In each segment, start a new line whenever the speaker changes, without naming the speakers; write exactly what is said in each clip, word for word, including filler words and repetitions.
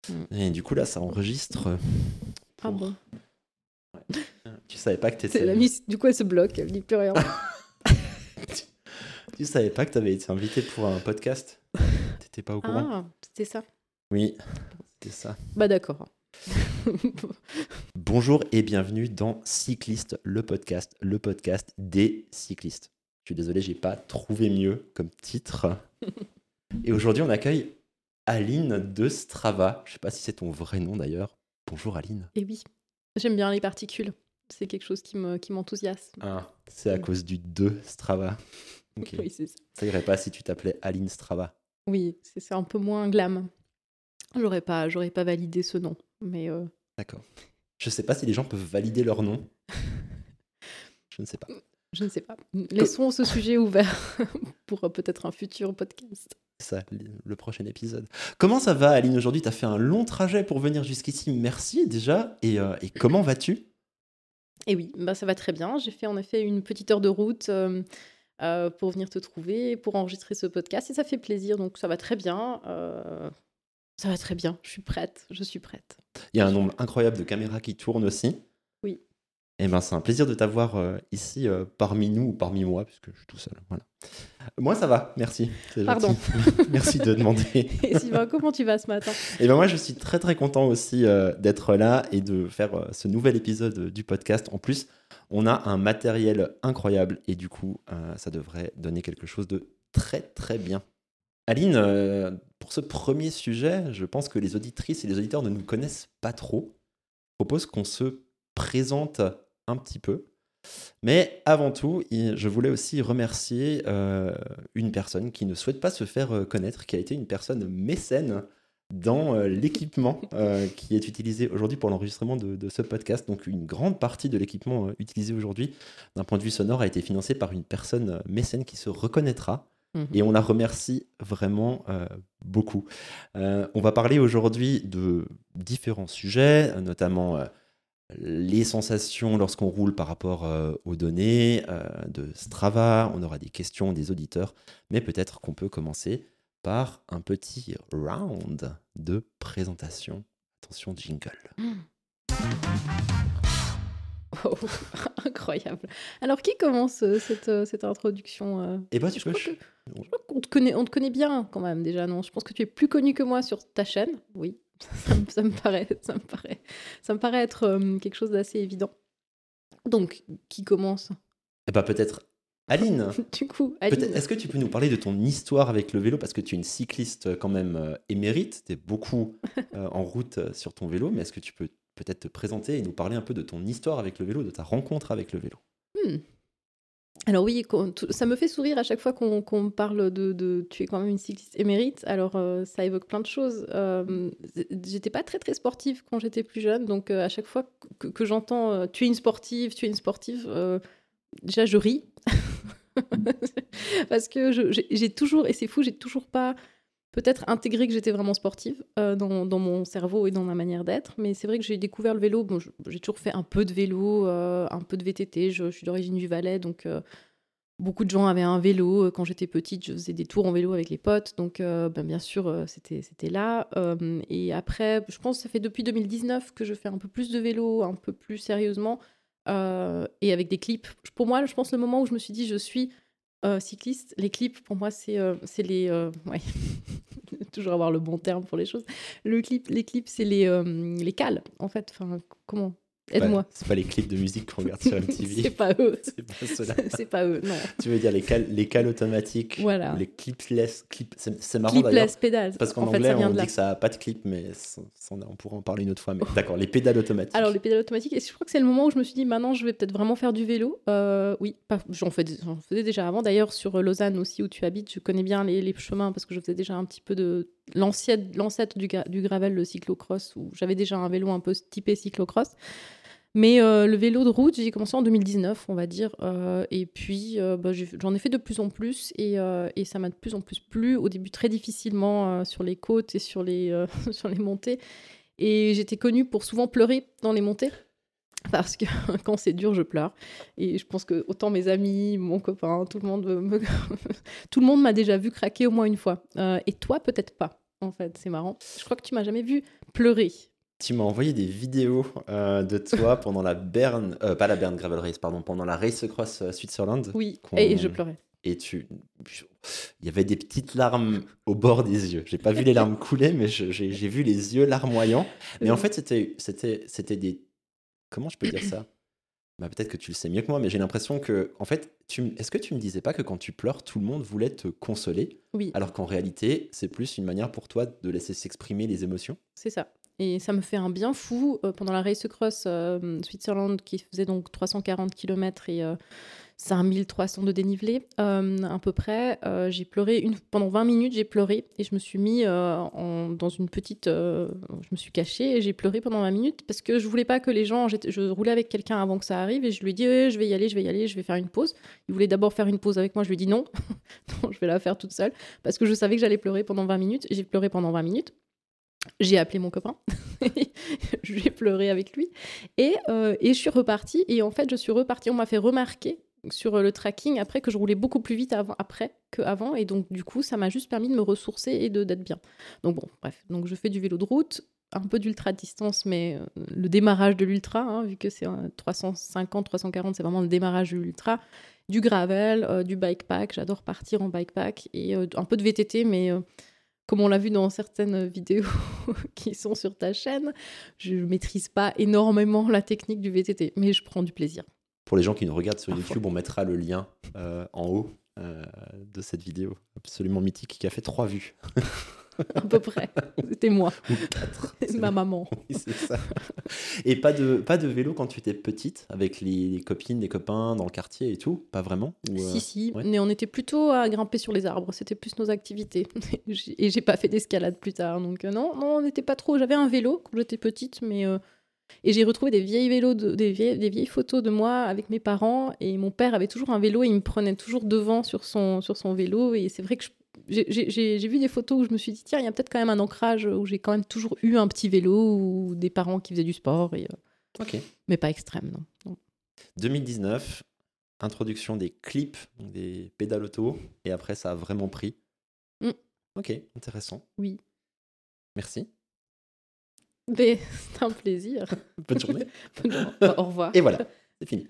Mm.
Et du coup, là, ça enregistre. Pour...
Ah bon.
Ouais. Tu savais pas que t'étais...
La miss, du coup, elle se bloque, elle dit plus rien.
tu... tu savais pas que t'avais été invité pour un podcast? T'étais pas au courant?
Ah, c'était ça.
Oui, c'était ça.
Bah d'accord.
Bonjour et bienvenue dans Cycliste, le podcast, le podcast des cyclistes. Je suis désolé, j'ai pas trouvé mieux comme titre. Et aujourd'hui, on accueille Aline de Strava. Je sais pas si c'est ton vrai nom d'ailleurs. Bonjour Aline.
Et oui, j'aime bien les particules. C'est quelque chose qui, me, qui m'enthousiasme.
Ah, c'est à
Oui.
cause du de Strava. Ok.
Oui, c'est ça.
Ça irait pas si tu t'appelais Aline Strava.
Oui, c'est, c'est un peu moins glam. J'aurais pas, j'aurais pas validé ce nom, mais... Euh...
D'accord. Je sais pas si les gens peuvent valider leur nom. Je ne sais pas.
Je ne sais pas. Laissons ce sujet ouvert pour euh, peut-être un futur podcast.
C'est ça, le prochain épisode. Comment ça va, Aline, aujourd'hui? Tu as fait un long trajet pour venir jusqu'ici. Merci déjà. Et, euh, et comment vas-tu?
Et oui, bah, ça va très bien. J'ai fait en effet une petite heure de route euh, euh, pour venir te trouver, pour enregistrer ce podcast. Et ça fait plaisir, donc ça va très bien. Euh, ça va très bien. Je suis prête. Je suis prête.
Il y a un nombre incroyable de caméras qui tournent aussi.
Oui.
Et ben, c'est un plaisir de t'avoir euh, ici euh, parmi nous ou parmi moi, puisque je suis tout seul. Voilà. Moi, ça va, merci. C'est
Pardon.
Merci de demander.
Et Sylvain, comment tu vas ce matin?
Et ben moi, je suis très très content aussi euh, d'être là et de faire euh, ce nouvel épisode du podcast. En plus, on a un matériel incroyable et du coup, euh, ça devrait donner quelque chose de très très bien. Aline, euh, pour ce premier sujet, je pense que les auditrices et les auditeurs ne nous connaissent pas trop. Je propose qu'on se présente un petit peu. Mais avant tout, je voulais aussi remercier euh, une personne qui ne souhaite pas se faire connaître, qui a été une personne mécène dans euh, l'équipement euh, qui est utilisé aujourd'hui pour l'enregistrement de, de ce podcast. Donc une grande partie de l'équipement euh, utilisé aujourd'hui, d'un point de vue sonore, a été financé par une personne mécène qui se reconnaîtra. Mmh. Et on la remercie vraiment euh, beaucoup. Euh, on va parler aujourd'hui de différents sujets, notamment... Euh, les sensations lorsqu'on roule par rapport euh, aux données euh, de Strava. On aura des questions des auditeurs, mais peut-être qu'on peut commencer par un petit round de présentation. Attention, jingle.
Oh, incroyable. Alors, qui commence euh, cette, euh, cette introduction euh...
Eh ben, tu
je
peux...
crois que, je crois qu'on te connaît, on te connaît bien quand même déjà, non? Je pense que tu es plus connu que moi sur ta chaîne, oui. Ça me, ça me paraît, ça me paraît, ça me paraît être euh, quelque chose d'assez évident. Donc, qui commence?
Eh ben, peut-être Aline.
Du coup, Aline.
Peut-être, est-ce que tu peux nous parler de ton histoire avec le vélo? Parce que tu es une cycliste quand même euh, émérite. Tu es beaucoup euh, en route euh, sur ton vélo. Mais est-ce que tu peux peut-être te présenter et nous parler un peu de ton histoire avec le vélo, de ta rencontre avec le vélo?
hmm. Alors oui, ça me fait sourire à chaque fois qu'on, qu'on parle de, de... Tu es quand même une cycliste émérite, alors euh, ça évoque plein de choses. Euh, j'étais pas très très sportive quand j'étais plus jeune, donc euh, à chaque fois que, que j'entends euh, « tu es une sportive, tu es une sportive euh, », déjà je ris. Parce que je, j'ai, j'ai toujours, et c'est fou, j'ai toujours pas peut-être intégré que j'étais vraiment sportive euh, dans, dans mon cerveau et dans ma manière d'être, mais c'est vrai que j'ai découvert le vélo. Bon, je, j'ai toujours fait un peu de vélo, euh, un peu de V T T. Je, je suis d'origine du Valais, donc euh, beaucoup de gens avaient un vélo. Quand j'étais petite, je faisais des tours en vélo avec les potes, donc euh, ben, bien sûr, euh, c'était, c'était là. Euh, et après, je pense que ça fait depuis deux mille dix-neuf que je fais un peu plus de vélo, un peu plus sérieusement, euh, et avec des clips. Pour moi, je pense le moment où je me suis dit, je suis euh, cycliste, les clips, pour moi, c'est, euh, c'est les... Euh, ouais. toujours avoir le bon terme pour les choses. Le clip, les clips, c'est les, euh, les cales, en fait. Enfin, comment? Aide-moi.
Bah, c'est pas les clips de musique qu'on regarde sur M T V.
C'est pas eux.
C'est pas ceux-là.
C'est pas eux, non.
Tu veux dire les cales, les cales automatiques,
voilà.
Ou les clipless, clip, c'est, c'est marrant
clipless
d'ailleurs.
pédales.
Parce qu'en
en
anglais,
fait, ça vient
on
de là.
dit que ça n'a pas de clip, mais ça, ça, on pourra en parler une autre fois. Mais d'accord, les pédales automatiques.
Alors, les pédales automatiques, et je crois que c'est le moment où je me suis dit, maintenant, je vais peut-être vraiment faire du vélo. Euh, oui, pas, j'en, fais, j'en faisais déjà avant. D'ailleurs, sur Lausanne aussi, où tu habites, je connais bien les, les chemins parce que je faisais déjà un petit peu de l'ancienne, l'ancêtre du, du gravel, le cyclocross, où j'avais déjà un vélo un peu typé cyclocross. Mais euh, le vélo de route, j'ai commencé en deux mille dix-neuf, on va dire. Euh, et puis, euh, bah, j'ai, j'en ai fait de plus en plus. Et, euh, et ça m'a de plus en plus plu. Au début, très difficilement euh, sur les côtes et sur les, euh, sur les montées. Et j'étais connue pour souvent pleurer dans les montées. Parce que quand c'est dur, je pleure. Et je pense que autant mes amis, mon copain, tout le monde, me... tout le monde m'a déjà vu craquer au moins une fois. Euh, et toi, peut-être pas. en fait. C'est marrant. Je crois que tu m'as jamais vu pleurer.
Tu m'as envoyé des vidéos euh, de toi pendant la Bern, euh, pas la Bern Gravel Race, pardon, pendant la Race Across euh, Switzerland.
Oui,
qu'on-
et je pleurais.
Et tu, il y avait des petites larmes au bord des yeux. J'ai pas vu les larmes couler, mais je- j'ai j'ai vu les yeux larmoyants. Mais en fait, c'était, c'était, c'était des, comment je peux dire ça? Bah, peut-être que tu le sais mieux que moi, mais j'ai l'impression que, en fait, tu, m- est-ce que tu me disais pas que quand tu pleures, tout le monde voulait te consoler,
Oui,
alors qu'en réalité, c'est plus une manière pour toi de laisser s'exprimer les émotions?
c'est ça. Et ça me fait un bien fou euh, pendant la Race Across euh, Switzerland qui faisait donc trois cent quarante kilomètres et euh, cinq mille trois cents de dénivelé euh, à peu près. Euh, j'ai pleuré une... pendant vingt minutes, j'ai pleuré et je me suis mis euh, en... dans une petite. euh, Je me suis cachée et j'ai pleuré pendant vingt minutes parce que je voulais pas que les gens. j'étais- Je roulais avec quelqu'un avant que ça arrive et je lui ai dit ouais, je vais y aller, je vais y aller, je vais faire une pause. Il voulait d'abord faire une pause avec moi, je lui ai dit non, non, je vais la faire toute seule parce que je savais que j'allais pleurer pendant vingt minutes. J'ai pleuré pendant vingt minutes. J'ai appelé mon copain, je lui ai pleuré avec lui et, euh, et je suis repartie. Et en fait, je suis repartie. On m'a fait remarquer sur le tracking après que je roulais beaucoup plus vite avant, après qu'avant. Et donc, du coup, ça m'a juste permis de me ressourcer et de, d'être bien. Donc, bon, bref. Donc, je fais du vélo de route, un peu d'ultra distance, mais euh, le démarrage de l'ultra, hein, vu que c'est euh, trois cent cinquante, trois cent quarante, c'est vraiment le démarrage de l'ultra. Du gravel, euh, du bikepack. J'adore partir en bikepack et euh, un peu de V T T, mais. Euh, comme on l'a vu dans certaines vidéos qui sont sur ta chaîne, je ne maîtrise pas énormément la technique du V T T, mais je prends du plaisir.
Pour les gens qui nous regardent sur
Parfois.
YouTube, on mettra le lien euh, en haut euh, de cette vidéo absolument mythique qui a fait trois vues.
À peu près. C'était moi,
Ou quatre. C'est
ma maman.
Oui, c'est ça. Et pas de, pas de vélo quand tu étais petite, avec les, les copines, les copains dans le quartier et tout? Pas vraiment? Ou, euh,
Si, si,
ouais.
mais on était plutôt à grimper sur les arbres, c'était plus nos activités. Et j'ai pas fait d'escalade plus tard, donc euh, non, non, on n'était pas trop. J'avais un vélo quand j'étais petite, mais. Euh... Et j'ai retrouvé des vieilles vélos, de- des, vieilles, des vieilles photos de moi avec mes parents. Et mon père avait toujours un vélo et il me prenait toujours devant sur son, sur son vélo. Et c'est vrai que je- j'ai, j'ai- j'ai vu des photos où je me suis dit, tiens, il y a peut-être quand même un ancrage où j'ai quand même toujours eu un petit vélo ou des parents qui faisaient du sport. Et, euh,
Ok.
Mais pas extrême, non. non.
deux mille dix-neuf, introduction des clips, donc des pédales auto, et après ça a vraiment pris.
Mm.
Ok, intéressant.
Oui.
Merci.
Mais c'est un plaisir.
Bonne journée.
Bonne journée. Bah, au revoir.
Et voilà, c'est fini.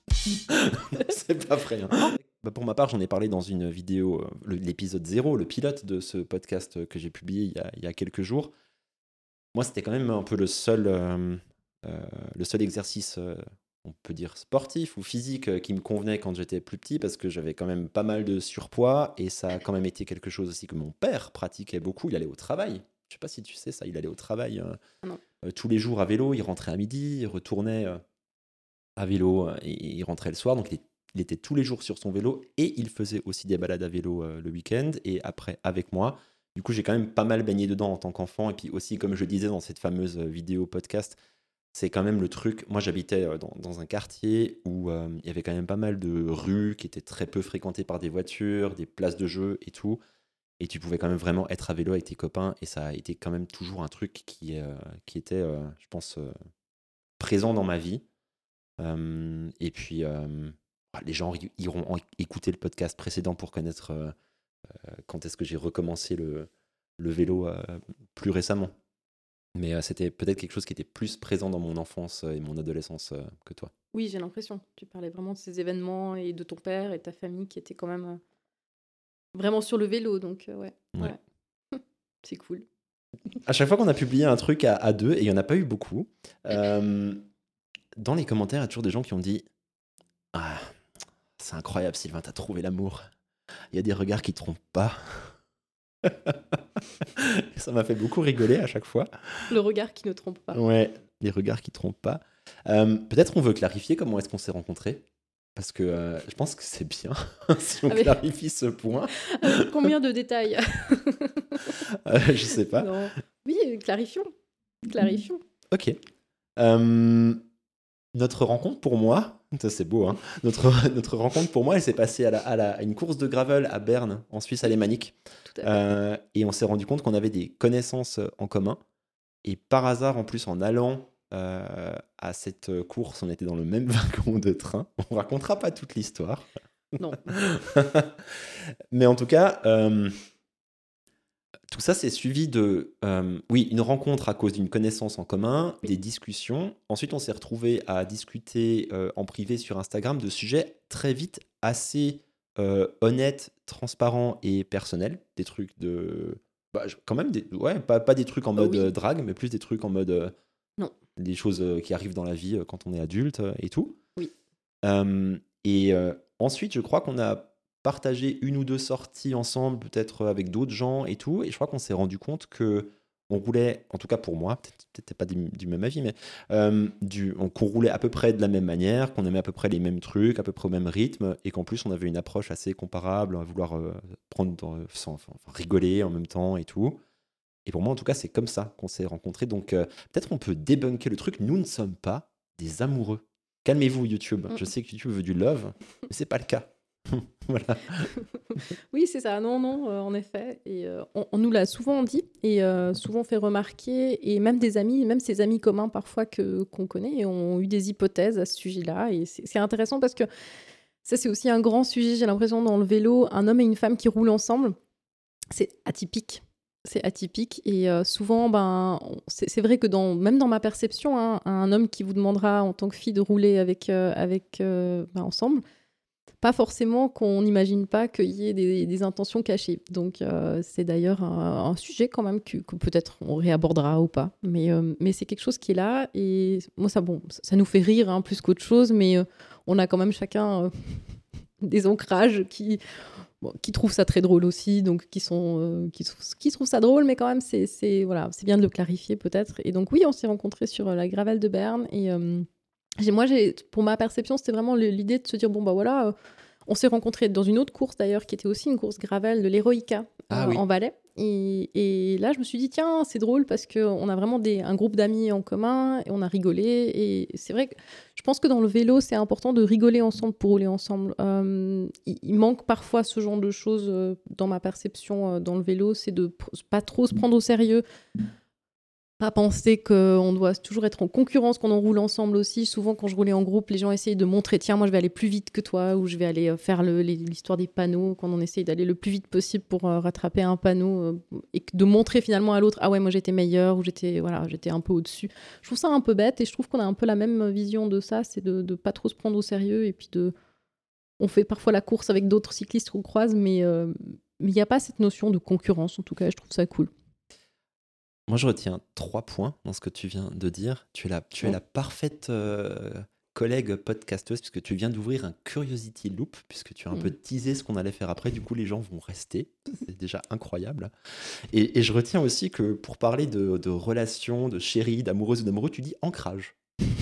C'est pas vrai. Hein. Bah pour ma part, j'en ai parlé dans une vidéo, euh, le- l'épisode zéro, le pilote de ce podcast que j'ai publié il y a, il y a quelques jours. Moi, c'était quand même un peu le seul, euh, euh, le seul exercice, euh, on peut dire sportif ou physique, euh, qui me convenait quand j'étais plus petit, parce que j'avais quand même pas mal de surpoids, et ça a quand même été quelque chose aussi que mon père pratiquait beaucoup. Il allait au travail. Je sais pas si tu sais ça, il allait au travail euh,
Non.
euh, tous les jours à vélo, il rentrait à midi, il retournait euh, à vélo euh, et il rentrait le soir. Donc il, il était tous les jours sur son vélo et il faisait aussi des balades à vélo euh, le week-end et après avec moi. Du coup, j'ai quand même pas mal baigné dedans en tant qu'enfant. Et puis aussi, comme je disais dans cette fameuse vidéo podcast, c'est quand même le truc. Moi, j'habitais euh, dans, dans un quartier où euh, il y avait quand même pas mal de rues qui étaient très peu fréquentées par des voitures, des places de jeu et tout. Et tu pouvais quand même vraiment être à vélo avec tes copains. Et ça a été quand même toujours un truc qui, euh, qui était, euh, je pense, euh, présent dans ma vie. Euh, et puis, euh, les gens iront en- écouter le podcast précédent pour connaître euh, euh, quand est-ce que j'ai recommencé le, le vélo euh, plus récemment. Mais euh, c'était peut-être quelque chose qui était plus présent dans mon enfance et mon adolescence euh, que toi.
Oui, j'ai l'impression. Tu parlais vraiment de ces événements et de ton père et de ta famille qui étaient quand même euh, vraiment sur le vélo. Donc, euh, ouais.
Ouais.
ouais. C'est cool.
À chaque fois qu'on a publié un truc à, à deux, et il n'y en a pas eu beaucoup, euh, dans les commentaires, il y a toujours des gens qui ont dit « Ah, c'est incroyable Sylvain, t'as trouvé l'amour. Il y a des regards qui trompent pas. » Ça m'a fait beaucoup rigoler à chaque fois.
Le regard qui ne trompe pas.
Ouais, les regards qui trompent pas. Euh, peut-être on veut clarifier comment est-ce qu'on s'est rencontrés. Parce que euh, je pense que c'est bien si on
Avec-
clarifie ce point.
Avec combien de détails
Euh, je sais pas.
Non. Oui, euh, clarifions. Clarifions.
Ok. Euh, notre rencontre pour moi, ça c'est beau, hein. Notre, notre rencontre pour moi, elle s'est passée à, la, à, la, à une course de gravel à Berne, en Suisse alémanique.
Tout à fait.
Euh, et on s'est rendu compte qu'on avait des connaissances en commun. Et par hasard, en plus, en allant euh, à cette course, on était dans le même wagon de train. On racontera pas toute l'histoire.
Non.
Mais en tout cas, euh, tout ça, c'est suivi de, euh, oui, une rencontre à cause d'une connaissance en commun,
Oui.
des discussions. Ensuite, on s'est retrouvés à discuter euh, en privé sur Instagram de sujets très vite assez euh, honnêtes, transparents et personnels. Des trucs de... Bah, je- quand même, des, ouais, pas, pas des trucs en
Oh
mode
oui.
euh, drague, mais plus des trucs en mode... euh,
Non.
des choses euh, qui arrivent dans la vie euh, quand on est adulte euh, et tout.
Oui.
Euh, et euh, ensuite, je crois qu'on a partagé une ou deux sorties ensemble, peut-être avec d'autres gens et tout. Et je crois qu'on s'est rendu compte que on roulait, en tout cas pour moi, peut-être peut-être pas du, du même avis, mais euh, du, on- qu'on roulait à peu près de la même manière, qu'on aimait à peu près les mêmes trucs, à peu près au même rythme, et qu'en plus on avait une approche assez comparable, à vouloir euh, prendre, dans- sans- enfin, rigoler en même temps et tout. Et pour moi, en tout cas, c'est comme ça qu'on s'est rencontrés. Donc, euh, peut-être on peut débunker le truc. Nous ne sommes pas des amoureux. Calmez-vous, YouTube.
Mm.
Je sais que YouTube veut du love, mais c'est pas le cas. Voilà.
Oui, c'est ça. Non, non, euh, en effet. Et euh, on, on nous l'a souvent dit et euh, souvent fait remarquer. Et même des amis, même ses amis communs parfois que, qu'on connaît, ont eu des hypothèses à ce sujet-là. Et c'est, c'est intéressant parce que ça, c'est aussi un grand sujet, j'ai l'impression, dans le vélo. Un homme et une femme qui roulent ensemble, c'est atypique. C'est atypique. Et euh, souvent, ben, on- c'est, c'est vrai que dans, même dans ma perception, hein, un homme qui vous demandera en tant que fille de rouler avec, euh, avec, euh, ben, ensemble, pas forcément qu'on n'imagine pas qu'il y ait des, des intentions cachées. Donc, euh, c'est d'ailleurs un, un sujet quand même que, que peut-être on réabordera ou pas. Mais, euh, mais c'est quelque chose qui est là. Et moi, ça, bon, ça, ça nous fait rire hein, plus qu'autre chose. Mais euh, on a quand même chacun euh, des ancrages qui, bon, qui trouvent ça très drôle aussi. Donc, qui, sont, euh, qui, trou- qui trouvent ça drôle. Mais quand même, c'est, c'est, voilà, c'est bien de le clarifier peut-être. Et donc, oui, on s'est rencontrés sur euh, la Gravelle de Berne. Et... euh, j'ai- moi, j'ai, pour ma perception, c'était vraiment le- l'idée de se dire bon, bah voilà, euh, on s'est rencontrés dans une autre course d'ailleurs, qui était aussi une course gravel de l'Heroica euh,
Ah oui.
en Valais. Et, et là, je me suis dit, tiens, c'est drôle parce qu'on a vraiment des, un groupe d'amis en commun et on a rigolé. Et c'est vrai que je pense que dans le vélo, c'est important de rigoler ensemble pour rouler ensemble. Euh, il, il manque parfois ce genre de choses euh, dans ma perception euh, dans le vélo, c'est de pr- pas trop se prendre au sérieux. Pas penser qu'on doit toujours être en concurrence quand on roule ensemble aussi. Souvent, quand je roulais en groupe, les gens essayaient de montrer tiens, moi je vais aller plus vite que toi, ou je vais aller euh, faire le- les- l'histoire des panneaux, quand on essaye d'aller le plus vite possible pour euh, rattraper un panneau, euh, et que de montrer finalement à l'autre ah ouais, moi j'étais meilleur, ou j'étais voilà, j'étais un peu au-dessus. Je trouve ça un peu bête, et je trouve qu'on a un peu la même vision de ça, c'est de ne pas trop se prendre au sérieux, et puis de. On fait parfois la course avec d'autres cyclistes qu'on croise, mais euh, mais il n'y a pas cette notion de concurrence, en tout cas, je trouve ça cool.
Moi, je retiens trois points dans ce que tu viens de dire. Tu es la, tu es
Mm.
la parfaite euh, collègue podcasteuse, puisque tu viens d'ouvrir un Curiosity Loop, puisque tu as un peu
Mm.
teasé ce qu'on allait faire après. Du coup, les gens vont rester. C'est déjà incroyable. Et, et je retiens aussi que pour parler de, de relations, de chérie, d'amoureuse ou d'amoureux, tu dis ancrage.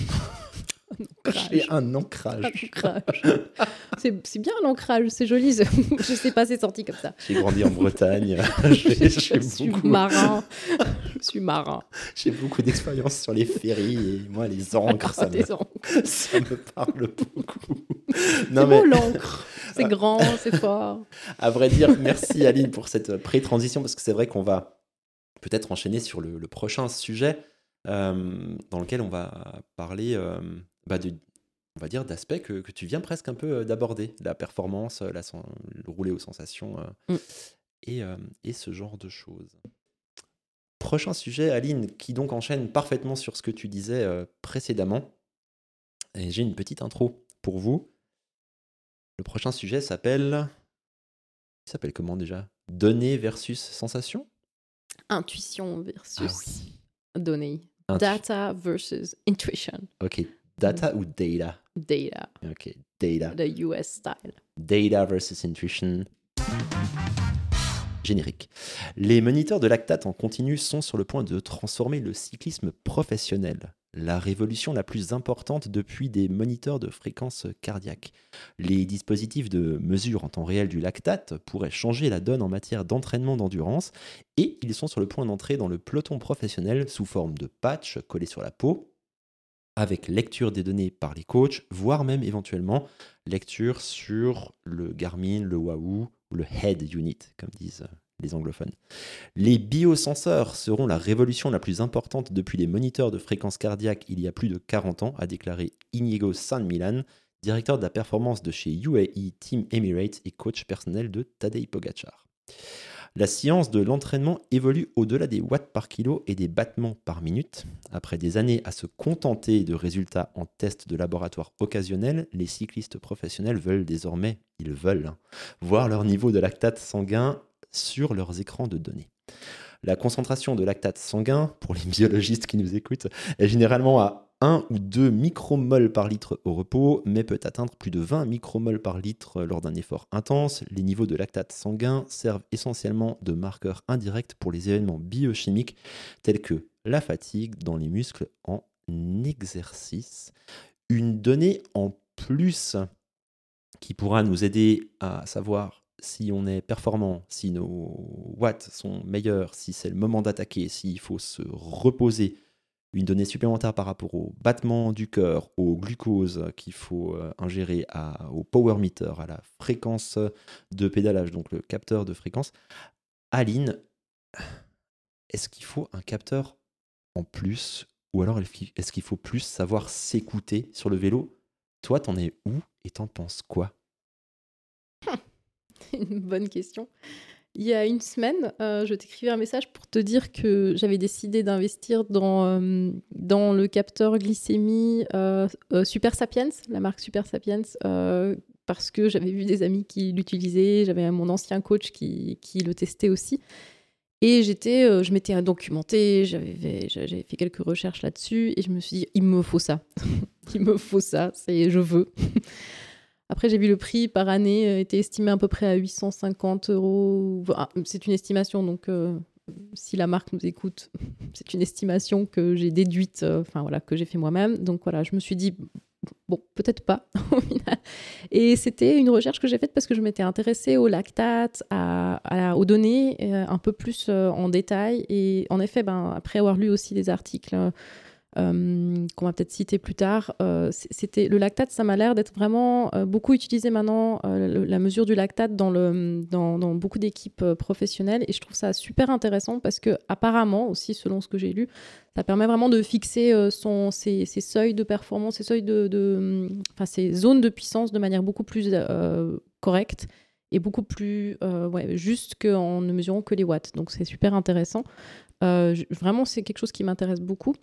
J'ai un ancrage.
Ancrage. C'est, c'est bien l'ancrage, c'est joli. c'est- Je sais pas, c'est sorti comme ça.
J'ai grandi en Bretagne.
Je,
J'ai
je
j'ai
suis
beaucoup,
marin. Je suis marin.
j'ai beaucoup d'expérience sur les ferries et moi, les encres, ça me,
Des encres.
ça me parle beaucoup.
C'est
Non,
beau
mais
l'encre. C'est grand, c'est fort.
à vrai dire, merci Aline pour cette pré-transition parce que c'est vrai qu'on va peut-être enchaîner sur le, le prochain sujet euh, dans lequel on va parler euh, bah, de, on va dire, d'aspects que, que tu viens presque un peu euh, d'aborder, la performance, la, sen- le rouler aux sensations euh,
Mm.
et, euh, et ce genre de choses. Prochain sujet, Aline, qui donc enchaîne parfaitement sur ce que tu disais euh, précédemment. Et j'ai une petite intro pour vous. Le prochain sujet s'appelle... Il s'appelle comment déjà ? Données versus sensation ?
Intuition
Ah
versus données.
Intu-
Data versus intuition.
Ok, data ou data ?
Data.
Ok, data.
The U S style.
Data versus intuition. Générique. Les moniteurs de lactate en continu sont sur le point de transformer le cyclisme professionnel. La révolution la plus importante depuis des moniteurs de fréquence cardiaque. Les dispositifs de mesure en temps réel du lactate pourraient changer la donne en matière d'entraînement d'endurance et ils sont sur le point d'entrer dans le peloton professionnel sous forme de patch collés sur la peau, avec lecture des données par les coachs, voire même éventuellement lecture sur le Garmin, le Wahoo ou le Head Unit, comme disent les anglophones. Les biosenseurs seront la révolution la plus importante depuis les moniteurs de fréquence cardiaque il y a plus de quarante ans, a déclaré Inigo San Millan, directeur de la performance de chez U A E Team Emirates et coach personnel de Tadej Pogacar. La science de l'entraînement évolue au-delà des watts par kilo et des battements par minute. Après des années à se contenter de résultats en tests de laboratoire occasionnels, les cyclistes professionnels veulent désormais, ils veulent, hein, voir leur niveau de lactate sanguin sur leurs écrans de données. La concentration de lactate sanguin, pour les biologistes qui nous écoutent, est généralement à un ou deux micromoles par litre au repos, mais peut atteindre plus de vingt micromoles par litre lors d'un effort intense. Les niveaux de lactate sanguin servent essentiellement de marqueurs indirects pour les événements biochimiques tels que la fatigue dans les muscles en exercice. Une donnée en plus qui pourra nous aider à savoir si on est performant, si nos watts sont meilleurs, si c'est le moment d'attaquer, s'il faut se reposer. Une donnée supplémentaire par rapport au battement du cœur, au glucose qu'il faut euh, ingérer, à, au power meter, à la fréquence de pédalage, donc le capteur de fréquence. Aline, est-ce qu'il faut un capteur en plus ou alors est-ce qu'il faut plus savoir s'écouter sur le vélo? Toi, t'en es où et t'en penses quoi?
Une bonne question. Il y a une semaine, euh, je t'écrivais un message pour te dire que j'avais décidé d'investir dans, euh, dans le capteur glycémie euh, euh, Super Sapiens, la marque Super Sapiens, euh, parce que j'avais vu des amis qui l'utilisaient, j'avais mon ancien coach qui, qui le testait aussi. Et j'étais, euh, je m'étais documentée, j'avais, j'avais fait quelques recherches là-dessus, et je me suis dit, il me faut ça. Il me faut ça, c'est, je veux. Après, j'ai vu le prix par année euh, était estimé à peu près à huit cent cinquante euros. Ah, c'est une estimation, donc euh, si la marque nous écoute, c'est une estimation que j'ai déduite, euh, enfin voilà, que j'ai fait moi-même. Donc voilà, je me suis dit, bon, peut-être pas au final. Et c'était une recherche que j'ai faite parce que je m'étais intéressée au lactate, à, à la, aux données, euh, un peu plus euh, en détail. Et en effet, ben, après avoir lu aussi des articles euh, Euh, qu'on va peut-être citer plus tard, euh, c'était, le lactate, ça m'a l'air d'être vraiment euh, beaucoup utilisé maintenant, euh, le, la mesure du lactate dans, le, dans, dans beaucoup d'équipes euh, professionnelles, et je trouve ça super intéressant parce que apparemment aussi, selon ce que j'ai lu, ça permet vraiment de fixer euh, son, ses, ses seuils de performance, ses seuils de, de, enfin, ses zones de puissance de manière beaucoup plus euh, correcte et beaucoup plus euh, ouais, juste qu'en ne mesurant que les watts. Donc c'est super intéressant. Euh, je, vraiment, c'est quelque chose qui m'intéresse beaucoup.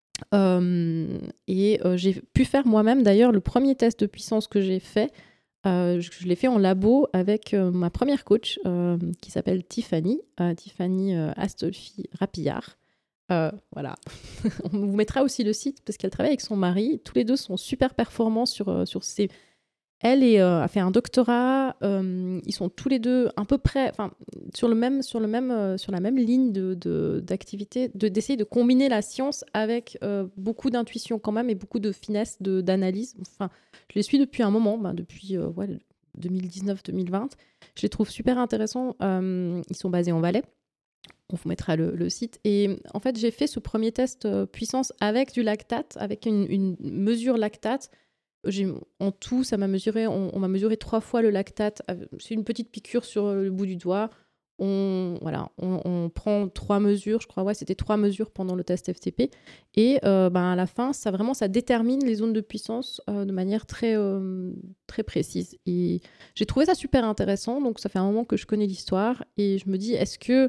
Euh, et euh, j'ai pu faire moi-même d'ailleurs le premier test de puissance que j'ai fait. Euh, je, je l'ai fait en labo avec euh, ma première coach euh, qui s'appelle Tiffany, euh, Tiffany euh, Astolfi Rapillard. Euh, voilà. On vous mettra aussi le site parce qu'elle travaille avec son mari. Tous les deux sont super performants sur, euh, sur ces. Elle est, euh, a fait un doctorat. Euh, ils sont tous les deux à peu près, enfin, sur le même, sur le même, euh, sur la même ligne de, de, d'activité, de, d'essayer de combiner la science avec euh, beaucoup d'intuition quand même et beaucoup de finesse de, d'analyse. Enfin, je les suis depuis un moment, ben, depuis euh, ouais, deux mille dix-neuf deux mille vingt. Je les trouve super intéressants. Euh, ils sont basés en Valais. On vous mettra le, le site. Et en fait, j'ai fait ce premier test euh, puissance avec du lactate, avec une, une mesure lactate. J'ai, en tout, ça m'a mesuré, on, on m'a mesuré trois fois le lactate. C'est une petite piqûre sur le bout du doigt. On, voilà, on, on prend trois mesures, je crois, ouais, c'était trois mesures pendant le test F T P. Et euh, ben, à la fin, ça vraiment, ça détermine les zones de puissance euh, de manière très, euh, très précise. Et j'ai trouvé ça super intéressant. Donc, ça fait un moment que je connais l'histoire. Et je me dis, est-ce que...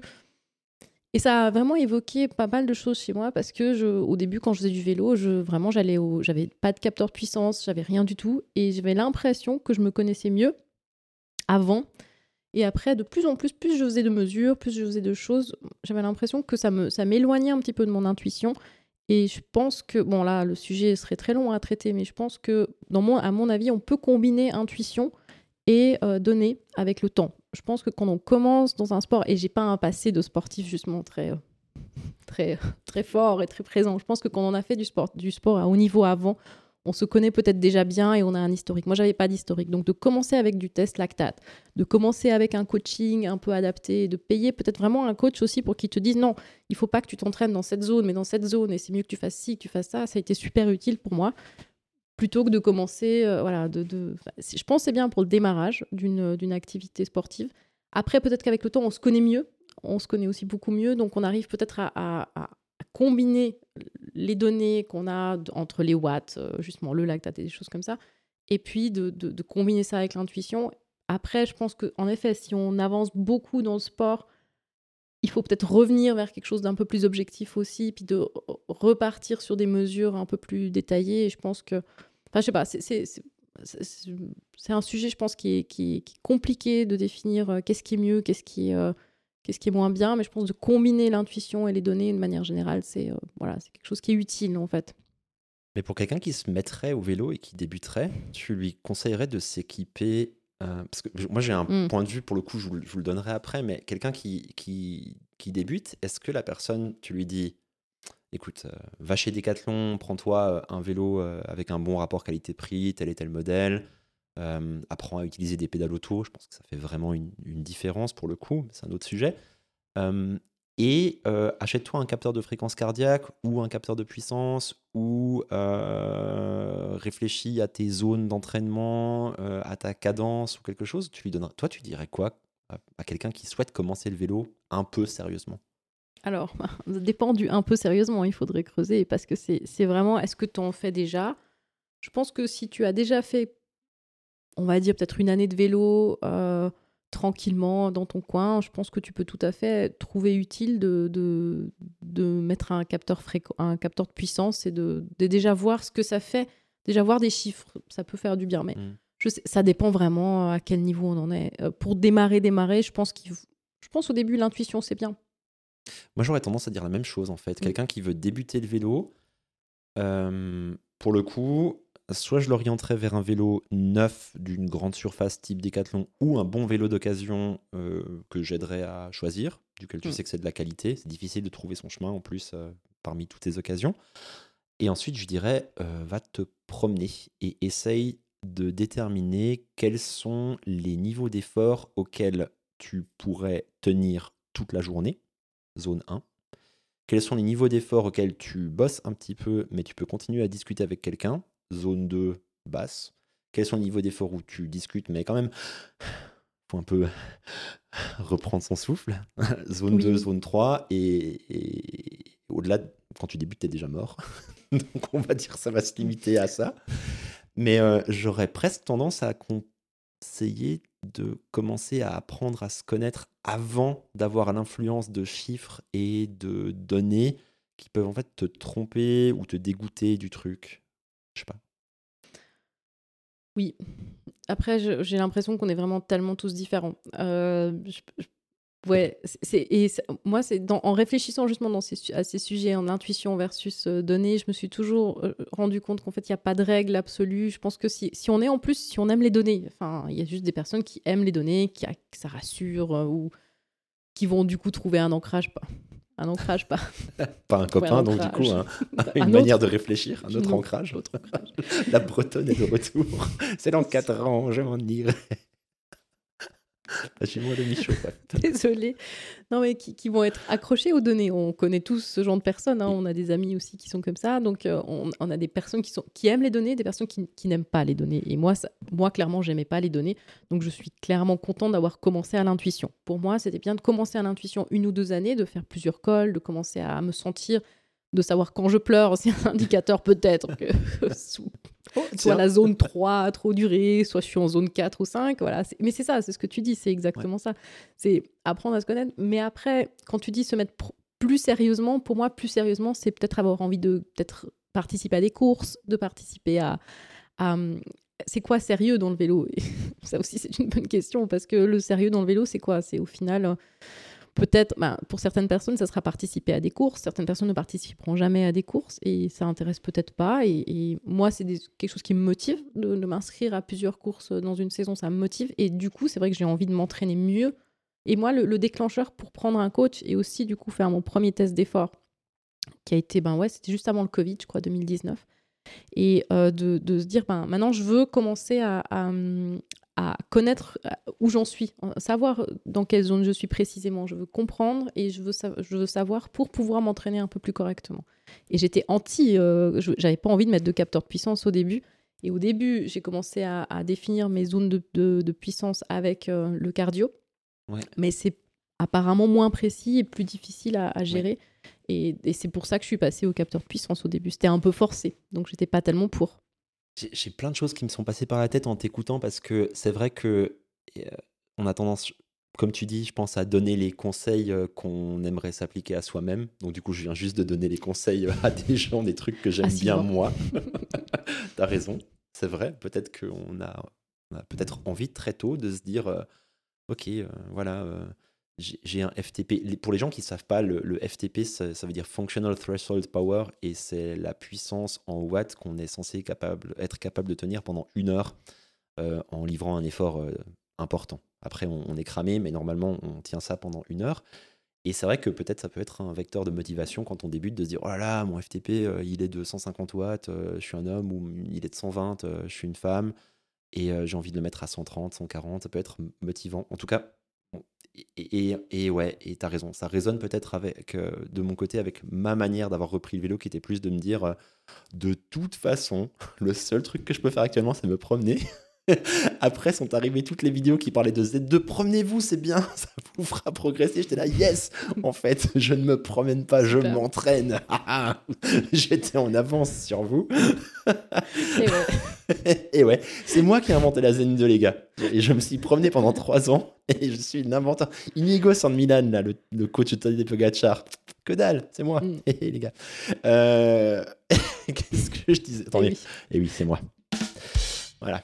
Et ça a vraiment évoqué pas mal de choses chez moi parce que je, au début, quand je faisais du vélo, je, vraiment, j'allais au, j'avais pas de capteur de puissance, j'avais rien du tout. Et j'avais l'impression que je me connaissais mieux avant. Et après, de plus en plus, plus je faisais de mesures, plus je faisais de choses, j'avais l'impression que ça, me, ça m'éloignait un petit peu de mon intuition. Et je pense que, bon là, le sujet serait très long à traiter, mais je pense que, dans mon, à mon avis, on peut combiner intuition et euh, données avec le temps. Je pense que quand on commence dans un sport, et j'ai pas un passé de sportif justement très, très, très fort et très présent, je pense que quand on a fait du sport, du sport à haut niveau avant, on se connaît peut-être déjà bien et on a un historique. Moi, j'avais pas d'historique. Donc, de commencer avec du test lactate, de commencer avec un coaching un peu adapté, de payer peut-être vraiment un coach aussi pour qu'il te dise non, il faut pas que tu t'entraînes dans cette zone, mais dans cette zone, et c'est mieux que tu fasses ci, que tu fasses ça. Ça a été super utile pour moi. Plutôt que de commencer, euh, voilà, de, de... je pense que c'est bien pour le démarrage d'une, d'une activité sportive. Après, peut-être qu'avec le temps, on se connaît mieux, on se connaît aussi beaucoup mieux, donc on arrive peut-être à, à, à combiner les données qu'on a entre les watts, justement le lactate et des choses comme ça, et puis de, de, de combiner ça avec l'intuition. Après, je pense qu'en effet, si on avance beaucoup dans le sport, il faut peut-être revenir vers quelque chose d'un peu plus objectif aussi, puis de repartir sur des mesures un peu plus détaillées. Et je pense que, enfin, je sais pas, c'est, c'est, c'est, c'est, c'est un sujet, je pense, qui est, qui est, qui est compliqué de définir euh, qu'est-ce qui est mieux, qu'est-ce qui est, euh, qu'est-ce qui est moins bien. Mais je pense de combiner l'intuition et les données de manière générale, c'est, euh, voilà, c'est quelque chose qui est utile, en fait.
Mais pour quelqu'un qui se mettrait au vélo et qui débuterait, tu lui conseillerais de s'équiper euh, parce que moi j'ai un
Mm.
point de vue, pour le coup je vous, le- je vous le donnerai après, mais quelqu'un qui, qui, qui débute, est-ce que la personne, tu lui dis, écoute, euh, va chez Decathlon, prends-toi euh, un vélo euh, avec un bon rapport qualité-prix, tel et tel modèle, euh, apprends à utiliser des pédales auto, je pense que ça fait vraiment une, une différence pour le coup, mais c'est un autre sujet. Euh, et euh, achète-toi un capteur de fréquence cardiaque ou un capteur de puissance ou euh, réfléchis à tes zones d'entraînement, euh, à ta cadence ou quelque chose. Tu lui donneras. Toi, tu dirais quoi à, à quelqu'un qui souhaite commencer le vélo un peu sérieusement?
Alors, ça dépend du un peu sérieusement, il faudrait creuser, parce que c'est, c'est vraiment, est-ce que tu en fais déjà? Je pense que si tu as déjà fait, on va dire peut-être une année de vélo euh, tranquillement dans ton coin, je pense que tu peux tout à fait trouver utile de, de, de mettre un capteur, fréqu- un capteur de puissance et de, de déjà voir ce que ça fait, déjà voir des chiffres, ça peut faire du bien, mais
Mm.
je sais, ça dépend vraiment à quel niveau on en est. Euh, pour démarrer, démarrer, je pense qu'il, je pense au début l'intuition c'est bien.
Moi, j'aurais tendance à dire la même chose en fait.
Mm.
Quelqu'un qui veut débuter le vélo, euh, pour le coup, soit je l'orienterais vers un vélo neuf d'une grande surface type Decathlon ou un bon vélo d'occasion euh, que j'aiderais à choisir, duquel tu
Mm.
sais que c'est de la qualité. C'est difficile de trouver son chemin en plus euh, parmi toutes ces occasions. Et ensuite, je dirais, euh, va te promener et essaye de déterminer quels sont les niveaux d'effort auxquels tu pourrais tenir toute la journée, zone un. Quels sont les niveaux d'effort auxquels tu bosses un petit peu, mais tu peux continuer à discuter avec quelqu'un, zone deux, basse. Quels sont les niveaux d'effort où tu discutes, mais quand même, faut un peu reprendre son souffle. Zone deux,
Oui.
zone trois, et, et au-delà, quand tu débutes, tu es déjà mort. Donc on va dire que ça va se limiter à ça. Mais euh, j'aurais presque tendance à conseiller de commencer à apprendre à se connaître avant d'avoir l'influence de chiffres et de données qui peuvent en fait te tromper ou te dégoûter du truc. Je sais pas.
Oui. Après, je- j'ai l'impression qu'on est vraiment tellement tous différents. Euh, je- je- ouais, c'est, c'est- et c'est- moi, c'est dans- en réfléchissant justement dans ces, su- à ces sujets, en intuition versus euh, données, je me suis toujours euh, rendu compte qu'en fait, il n'y a pas de règle absolue. Je pense que si, si on est en plus, si on aime les données, enfin, il y a juste des personnes qui aiment les données, qui a- que ça rassure, euh, ou qui vont du coup trouver un ancrage, pas, un ancrage, pas
Pas un
trouver un
copain, donc du coup,
ancrage.
un- une
Un
manière
autre,
de réfléchir, un autre
non,
ancrage.
autre ancrage.
La Bretonne est de retour. C'est dans quatre ans, je m'en irai. Lâchez-moi le Michaud. Ouais.
Désolée. Non, mais qui, qui vont être accrochés aux données. On connaît tous ce genre de personnes. Hein.
Oui.
On a des amis aussi qui sont comme ça. Donc, euh, on, on a des personnes qui, sont, qui aiment les données, des personnes qui, qui n'aiment pas les données. Et moi, ça, moi, clairement, j'aimais pas les données. Donc, je suis clairement contente d'avoir commencé à l'intuition. Pour moi, c'était bien de commencer à l'intuition une ou deux années, de faire plusieurs calls, de commencer à me sentir, de savoir quand je pleure. C'est un indicateur peut-être que sous-
Oh,
soit
tiens.
la zone trois a trop duré, soit je suis en zone quatre ou cinq. Voilà. C'est- Mais c'est ça, c'est ce que tu dis, c'est exactement ça. C'est apprendre à se connaître. Mais après, quand tu dis se mettre pr- plus sérieusement, pour moi, plus sérieusement, c'est peut-être avoir envie de peut-être participer à des courses, de participer à... à, hum, c'est quoi sérieux dans le vélo? Et ça aussi, c'est une bonne question, parce que le sérieux dans le vélo, c'est quoi? C'est au final... euh, Peut-être, ben, pour certaines personnes, ça sera participer à des courses. Certaines personnes ne participeront jamais à des courses et ça intéresse peut-être pas. Et, et moi, c'est des- quelque chose qui me motive de, de m'inscrire à plusieurs courses dans une saison. Ça me motive. Et du coup, c'est vrai que j'ai envie de m'entraîner mieux. Et moi, le, le déclencheur pour prendre un coach et aussi, du coup, faire mon premier test d'effort, qui a été, ben ouais, c'était juste avant le Covid, je crois, deux mille dix-neuf. Et euh, de, de se dire, ben, maintenant, je veux commencer à, à, à connaître où j'en suis, savoir dans quelle zone je suis précisément. Je veux comprendre et je veux, sa- je veux savoir pour pouvoir m'entraîner un peu plus correctement. Et j'étais anti, euh, je- j'avais pas envie de mettre de capteur de puissance au début. Et au début, j'ai commencé à, à définir mes zones de, de- de puissance avec euh, le cardio.
Ouais.
Mais c'est apparemment moins précis et plus difficile à, à gérer.
Oui.
Et, et c'est pour ça que je suis passée au capteur de puissance au début. C'était un peu forcé, donc j'étais pas tellement pour.
J'ai j'ai plein de choses qui me sont passées par la tête en t'écoutant parce que c'est vrai que euh, on a tendance, comme tu dis, je pense à donner les conseils euh, qu'on aimerait s'appliquer à soi-même. Donc du coup, je viens juste de donner les conseils euh, à des gens, des trucs que j'aime
Ah si,
bien
moi.
moi. T'as raison, c'est vrai. Peut-être qu'on a, on a peut-être envie très tôt de se dire, euh, ok, euh, voilà, euh, j'ai j'ai un F T P. Les- Pour les gens qui ne savent pas, le, le F T P, ça, ça veut dire Functional Threshold Power, et c'est la puissance en watts qu'on est censé capable, être capable de tenir pendant une heure euh, en livrant un effort euh, important. Après, on, on est cramé, mais normalement, on tient ça pendant une heure. Et c'est vrai que peut-être ça peut être un vecteur de motivation quand on débute de se dire oh là là, mon F T P, euh, il est de cent cinquante watts, euh, je suis un homme, ou il est de cent vingt, euh, je suis une femme, et euh, j'ai envie de le mettre à cent trente, cent quarante. Ça peut être motivant. En tout cas, bon, et, et, et ouais, et t'as raison, ça résonne peut-être avec, euh, de mon côté avec ma manière d'avoir repris le vélo qui était plus de me dire euh, de toute façon, le seul truc que je peux faire actuellement, c'est me promener. Après sont arrivées toutes les vidéos qui parlaient de Z deux. Promenez-vous, c'est bien, ça vous fera progresser. J'étais là, yes. En fait, je ne me promène pas, je
Super.
m'entraîne. J'étais en avance sur vous.
Et ouais.
Et ouais, c'est moi qui ai inventé la Zen deux, les gars. Et je me suis promené pendant trois ans et je suis l'inventeur. Inigo San Milan, là, le, le coach de Tadej Pogacar. Que dalle, c'est moi,
Mm.
les gars. Euh... Qu'est-ce que je disais
Et
Attendez.
oui.
Et oui, c'est moi. Voilà.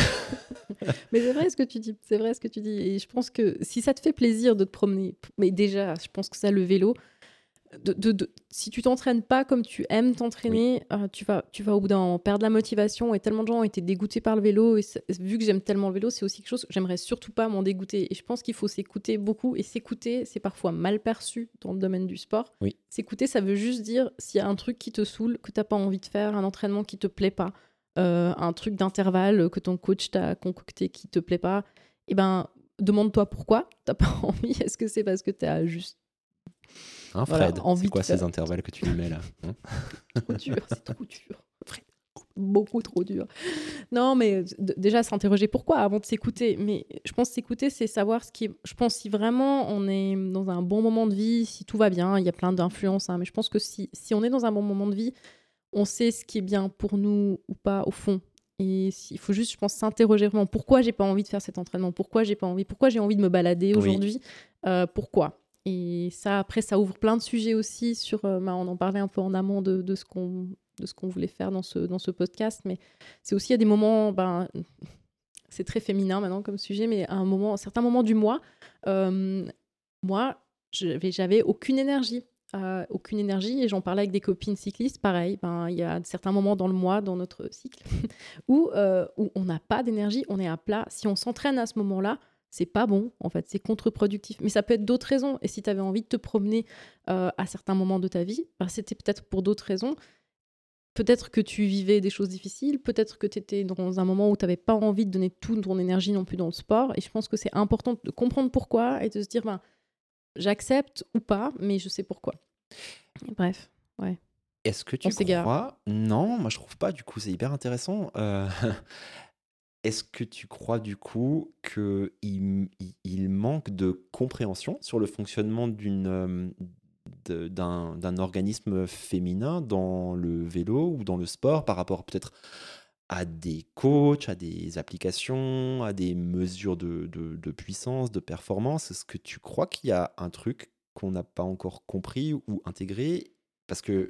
Mais c'est vrai ce que tu dis, c'est vrai ce que tu dis. Et je pense que si ça te fait plaisir de te promener, mais déjà, je pense que ça, le vélo, de, de, de- si tu t'entraînes pas comme tu aimes t'entraîner, euh, tu vas, tu vas au bout d'un moment perdre la motivation. Et tellement de gens ont été dégoûtés par le vélo. Et c'est- vu que j'aime tellement le vélo, c'est aussi quelque chose que j'aimerais surtout pas m'en dégoûter. Et je pense qu'il faut s'écouter beaucoup. Et s'écouter, c'est parfois mal perçu dans le domaine du sport.
Oui.
S'écouter, ça veut juste dire s'il y a un truc qui te saoule, que t'as pas envie de faire, un entraînement qui te plaît pas, euh, un truc d'intervalle que ton coach t'a concocté qui te plaît pas, et ben demande-toi pourquoi t'as pas envie. Est-ce que c'est parce que t'as juste
Hein,
voilà,
Fred,
envie
c'est quoi
de faire
ces intervalles que tu lui mets là hein
trop dur, c'est trop dur. Beaucoup trop dur. Non, mais d- déjà s'interroger pourquoi avant de s'écouter. Mais je pense s'écouter, c'est savoir ce qui est. Je pense si vraiment on est dans un bon moment de vie, si tout va bien, il y a plein d'influences, hein, mais je pense que si, si on est dans un bon moment de vie, on sait ce qui est bien pour nous ou pas au fond. Et si- il faut juste, je pense, s'interroger vraiment pourquoi j'ai pas envie de faire cet entraînement, pourquoi j'ai pas envie, pourquoi j'ai envie de me balader
Oui.
aujourd'hui, euh, pourquoi. Et ça, après, ça ouvre plein de sujets aussi sur. euh, bah, on en parlait un peu en amont de, de ce qu'on de ce qu'on voulait faire dans ce, dans ce podcast, mais c'est aussi à des moments, ben, c'est très féminin maintenant comme sujet, mais à un moment, à certains moments du mois, euh, moi, j'avais, j'avais aucune énergie. Euh, aucune énergie, et j'en parlais avec des copines cyclistes, pareil, ben, il y a certains moments dans le mois, dans notre cycle, où, euh, où on n'a pas d'énergie, on est à plat. Si on s'entraîne à ce moment-là, c'est pas bon, en fait, c'est contre-productif. Mais ça peut être d'autres raisons. Et si tu avais envie de te promener euh, à certains moments de ta vie, ben, c'était peut-être pour d'autres raisons. Peut-être que tu vivais des choses difficiles, peut-être que tu étais dans un moment où tu n'avais pas envie de donner toute ton énergie non plus dans le sport. Et je pense que c'est important de comprendre pourquoi et de se dire, ben, j'accepte ou pas, mais je sais pourquoi. Et bref, ouais.
Est-ce que
On
tu
s'égare.
crois Non, moi je trouve pas, du coup, c'est hyper intéressant. Euh, Est-ce que tu crois, du coup, qu'il il, il manque de compréhension sur le fonctionnement d'une, euh, de- d'un, d'un organisme féminin dans le vélo ou dans le sport par rapport peut-être à des coachs, à des applications, à des mesures de, de, de puissance, de performance? Est-ce que tu crois qu'il y a un truc qu'on n'a pas encore compris ou intégré? Parce que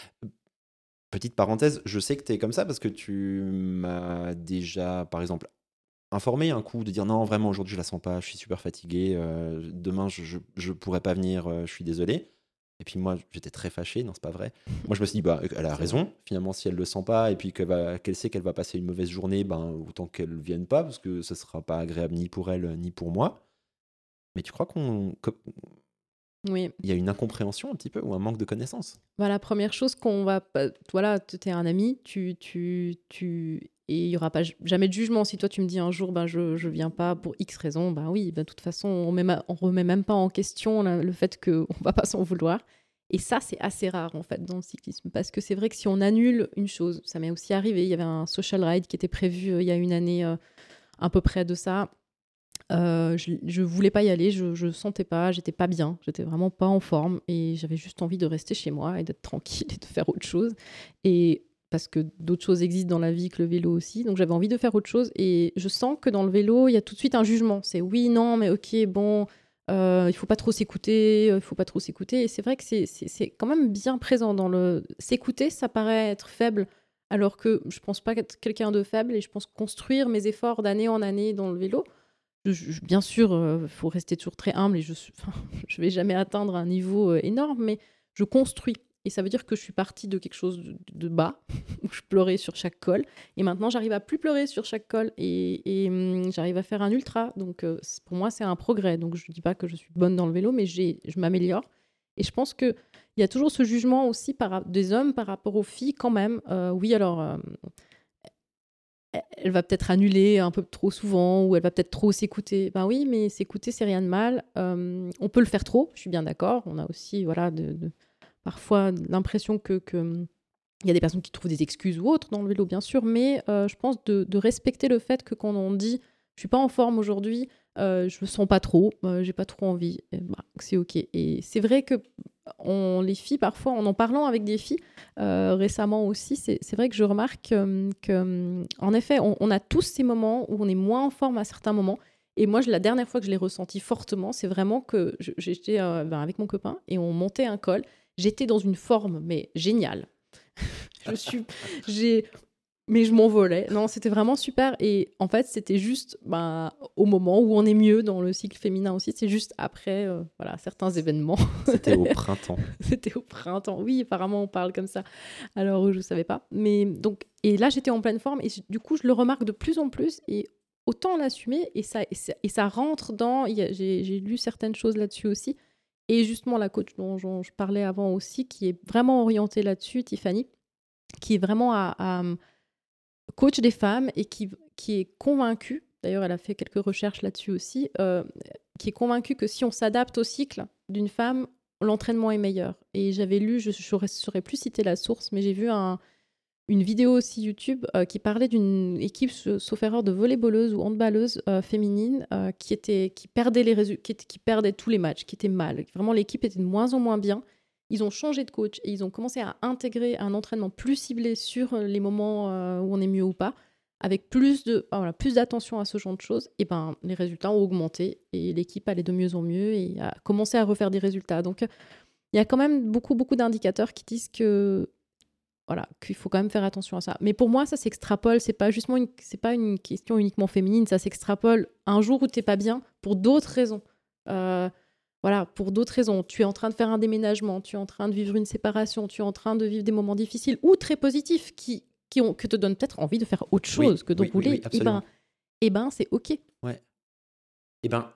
petite parenthèse, je sais que tu es comme ça parce que tu m'as déjà, par exemple, informé un coup de dire non, vraiment, aujourd'hui, je la sens pas, je suis super fatigué, euh, demain, je, je, je pourrais pas venir, euh, je suis désolé. Et puis moi, j'étais très fâché, non, c'est pas vrai. Moi, je me suis dit, bah, elle a
C'est vrai.
raison, finalement, si elle le sent pas et puis qu'elle va, qu'elle sait qu'elle va passer une mauvaise journée, ben, autant qu'elle vienne pas parce que ce sera pas agréable ni pour elle ni pour moi. Mais tu crois qu'on, qu'il
Oui.
y a une incompréhension un petit peu ou un manque de connaissance?
Voilà, première chose qu'on va pas. Voilà, tu es un ami, tu, tu, tu... et il n'y aura pas j- jamais de jugement. Si toi tu me dis un jour, ben, je ne viens pas pour X raison, ben oui, ben, de toute façon, on ne remet même pas en question la- le fait qu'on ne va pas s'en vouloir. Et ça, c'est assez rare en fait dans le cyclisme. Parce que c'est vrai que si on annule une chose, ça m'est aussi arrivé, il y avait un social ride qui était prévu euh, il y a une année euh, à peu près de ça. Euh, je, je voulais pas y aller, je, je sentais pas, j'étais pas bien, j'étais vraiment pas en forme et j'avais juste envie de rester chez moi et d'être tranquille et de faire autre chose. Et parce que d'autres choses existent dans la vie que le vélo aussi. Donc j'avais envie de faire autre chose et je sens que dans le vélo, il y a tout de suite un jugement. C'est oui, non, mais ok, bon, euh, il faut pas trop s'écouter, il faut pas trop s'écouter. Et c'est vrai que c'est, c'est, c'est quand même bien présent dans le... S'écouter, ça paraît être faible, alors que je pense pas être quelqu'un de faible et je pense construire mes efforts d'année en année dans le vélo. Je, je, bien sûr, il euh, faut rester toujours très humble et je ne vais jamais atteindre un niveau euh, énorme, mais je construis. Et ça veut dire que je suis partie de quelque chose de, de bas, où je pleurais sur chaque col. Et maintenant, j'arrive à plus pleurer sur chaque col et, et hum, j'arrive à faire un ultra. Donc, euh, pour moi, c'est un progrès. Donc, je ne dis pas que je suis bonne dans le vélo, mais j'ai, je m'améliore. Et je pense qu'il y a toujours ce jugement aussi par, des hommes par rapport aux filles quand même. Euh, oui, alors... Euh, elle va peut-être annuler un peu trop souvent ou elle va peut-être trop s'écouter. Ben oui, mais s'écouter, c'est rien de mal. Euh, on peut le faire trop, je suis bien d'accord. On a aussi voilà, de, de, parfois l'impression que, que il y a des personnes qui trouvent des excuses ou autres dans le vélo, bien sûr, mais euh, je pense de, de respecter le fait que quand on dit « je suis pas en forme aujourd'hui, euh, je me sens pas trop, euh, j'ai pas trop envie eh », bah, c'est OK. Et c'est vrai que on, les filles, parfois, en en parlant avec des filles, euh, récemment aussi, c'est, c'est vrai que je remarque euh, que, en effet, on, on a tous ces moments où on est moins en forme à certains moments. Et moi, je, la dernière fois que je l'ai ressenti fortement, c'est vraiment que je, j'étais euh, ben, avec mon copain et on montait un col. J'étais dans une forme, mais géniale. je suis, j'ai, mais je m'envolais. Non, c'était vraiment super. Et en fait, c'était juste ben, au moment où on est mieux dans le cycle féminin aussi. C'est juste après euh, voilà, certains événements.
C'était au printemps.
C'était au printemps. Oui, apparemment, on parle comme ça. Alors, je ne savais pas. Mais, donc, et là, j'étais en pleine forme. Et du coup, je le remarque de plus en plus. Et autant l'assumer. Et ça, et ça, et ça rentre dans... Il y a, j'ai, j'ai lu certaines choses là-dessus aussi. Et justement, la coach dont, dont je parlais avant aussi, qui est vraiment orientée là-dessus, Tiffany, qui est vraiment à... à coach des femmes et qui, qui est convaincue, d'ailleurs elle a fait quelques recherches là-dessus aussi, euh, qui est convaincue que si on s'adapte au cycle d'une femme, l'entraînement est meilleur. Et j'avais lu, je ne saurais plus citer la source, mais j'ai vu un, une vidéo aussi YouTube euh, qui parlait d'une équipe, sauf erreur, de volleyballeuses ou handballeuses euh, féminines euh, qui, était, qui, perdait les résu- qui, qui perdaient tous les matchs, qui étaient mal. Vraiment, l'équipe était de moins en moins bien. Ils ont changé de coach et ils ont commencé à intégrer un entraînement plus ciblé sur les moments euh, où on est mieux ou pas, avec plus, de, ah, voilà, plus d'attention à ce genre de choses. Et ben, les résultats ont augmenté et l'équipe allait de mieux en mieux et a commencé à refaire des résultats. Donc, il y a quand même beaucoup, beaucoup d'indicateurs qui disent que, voilà, qu'il faut quand même faire attention à ça. Mais pour moi, ça s'extrapole. C'est pas justement une, c'est pas une question uniquement féminine. Ça s'extrapole un jour où t'es pas bien pour d'autres raisons. Euh, Voilà, pour d'autres raisons. Tu es en train de faire un déménagement, tu es en train de vivre une séparation, tu es en train de vivre des moments difficiles ou très positifs qui, qui, ont, que te donnent peut-être envie de faire autre chose
oui,
que de
oui,
rouler.
Oui, oui,
et ben, et ben, c'est OK.
Ouais. Et ben,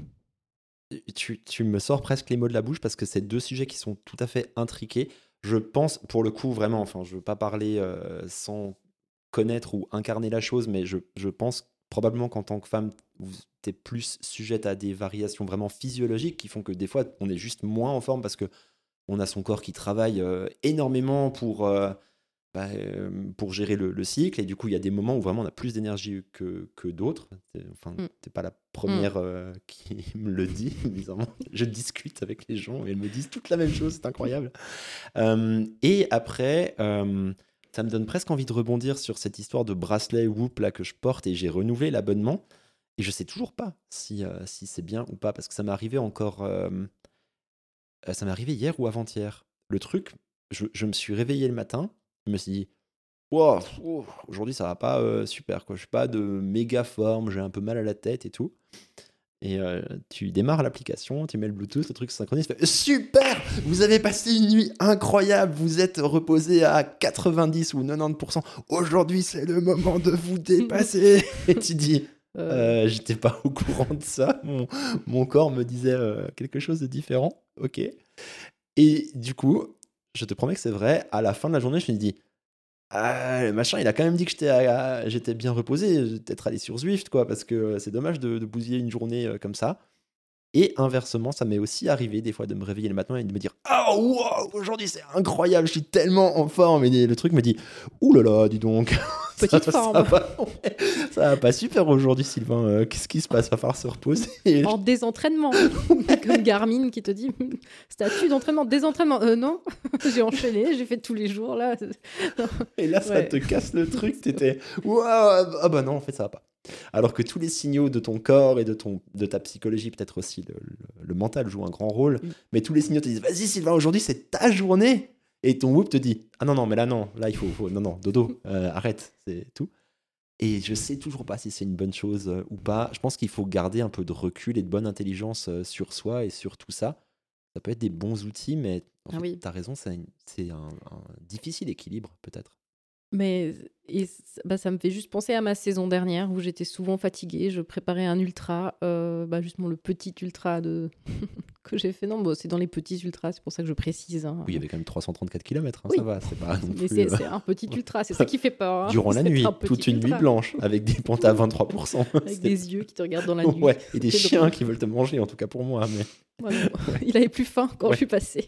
tu, tu me sors presque les mots de la bouche parce que c'est deux sujets qui sont tout à fait intriqués. Je pense, pour le coup, vraiment, enfin, je ne veux pas parler euh, sans connaître ou incarner la chose, mais je, je pense probablement qu'en tant que femme, tu es plus sujette à des variations vraiment physiologiques qui font que des fois, on est juste moins en forme parce qu'on a son corps qui travaille euh, énormément pour, euh, bah, euh, pour gérer le, le cycle. Et du coup, il y a des moments où vraiment on a plus d'énergie que, que d'autres. Enfin, mm. tu n'es pas la première euh, qui me le dit. Bizarrement, je discute avec les gens et ils me disent toute la même chose. C'est incroyable. euh, et après... Euh, ça me donne presque envie de rebondir sur cette histoire de bracelet Whoop là, que je porte et j'ai renouvelé l'abonnement. Et je sais toujours pas si, euh, si c'est bien ou pas, parce que ça m'est arrivé encore... Euh, ça m'est arrivé hier ou avant-hier. Le truc, je, je me suis réveillé le matin, je me suis dit, wow, wow, aujourd'hui ça va pas euh, super, quoi. Je suis pas de méga forme, j'ai un peu mal à la tête et tout. Et euh, tu démarres l'application, tu mets le Bluetooth, le truc se synchronise, fait, super, vous avez passé une nuit incroyable, vous êtes reposé à quatre-vingt-dix ou quatre-vingt-dix pour cent, aujourd'hui c'est le moment de vous dépasser. Et tu dis, euh, j'étais pas au courant de ça, mon, mon corps me disait euh, quelque chose de différent, ok. Et du coup, je te promets que c'est vrai, à la fin de la journée, je me suis dit, ah, le machin, il a quand même dit que j'étais, à, j'étais bien reposé, peut-être aller sur Zwift, quoi, parce que c'est dommage de, de bousiller une journée euh, comme ça. Et inversement, ça m'est aussi arrivé des fois de me réveiller le matin et de me dire « Ah, oh, wow, aujourd'hui c'est incroyable, je suis tellement en forme !» Et le truc me dit « Ouh là là, dis donc,
Petite
ça,
forme.
Ça va, ouais. Ça va pas super aujourd'hui, Sylvain. Euh, qu'est-ce qui se passe? Va falloir se reposer.
En désentraînement. Comme Garmin qui te dit statut d'entraînement, désentraînement. Euh, non, j'ai enchaîné, j'ai fait tous les jours. Là.
Et là, ça
Ouais.
te casse le truc. T'étais waouh, ah bah non, en fait, ça va pas. Alors que tous les signaux de ton corps et de, ton, de ta psychologie, peut-être aussi le, le, le mental joue un grand rôle,
Mm.
mais tous les signaux te disent vas-y, Sylvain, aujourd'hui, c'est ta journée. Et ton whoop te dit ah non, non, mais là, non, là, il faut, faut non, non, dodo, euh, arrête, c'est tout. Et je sais toujours pas si c'est une bonne chose euh, ou pas. Je pense qu'il faut garder un peu de recul et de bonne intelligence euh, sur soi et sur tout ça. Ça peut être des bons outils, mais en
Ah
fait,
oui.
t'as raison, c'est un, c'est un, un difficile équilibre, peut-être.
Mais et, c- bah, ça me fait juste penser à ma saison dernière où j'étais souvent fatiguée. Je préparais un ultra, euh, bah, justement le petit ultra de... que j'ai fait. Non, bon, c'est dans les petits ultras, c'est pour ça que je précise. Hein.
Oui, il y avait quand même trois cent trente-quatre kilomètres, hein,
Oui.
ça va, c'est pas non
Mais
plus...
c'est
euh,
c'est un petit ultra, c'est ça qui fait peur. Hein.
durant la
C'est
nuit,
un petit
toute une nuit
ultra.
blanche, avec des pentes à vingt-trois pour cent.
Avec
C'est-
des yeux qui te regardent dans la nuit.
Ouais, et des
C'est
chiens
drôle.
qui veulent te manger, en tout cas pour moi. Mais...
Moi, non. Il avait plus faim quand
Ouais.
je suis passée.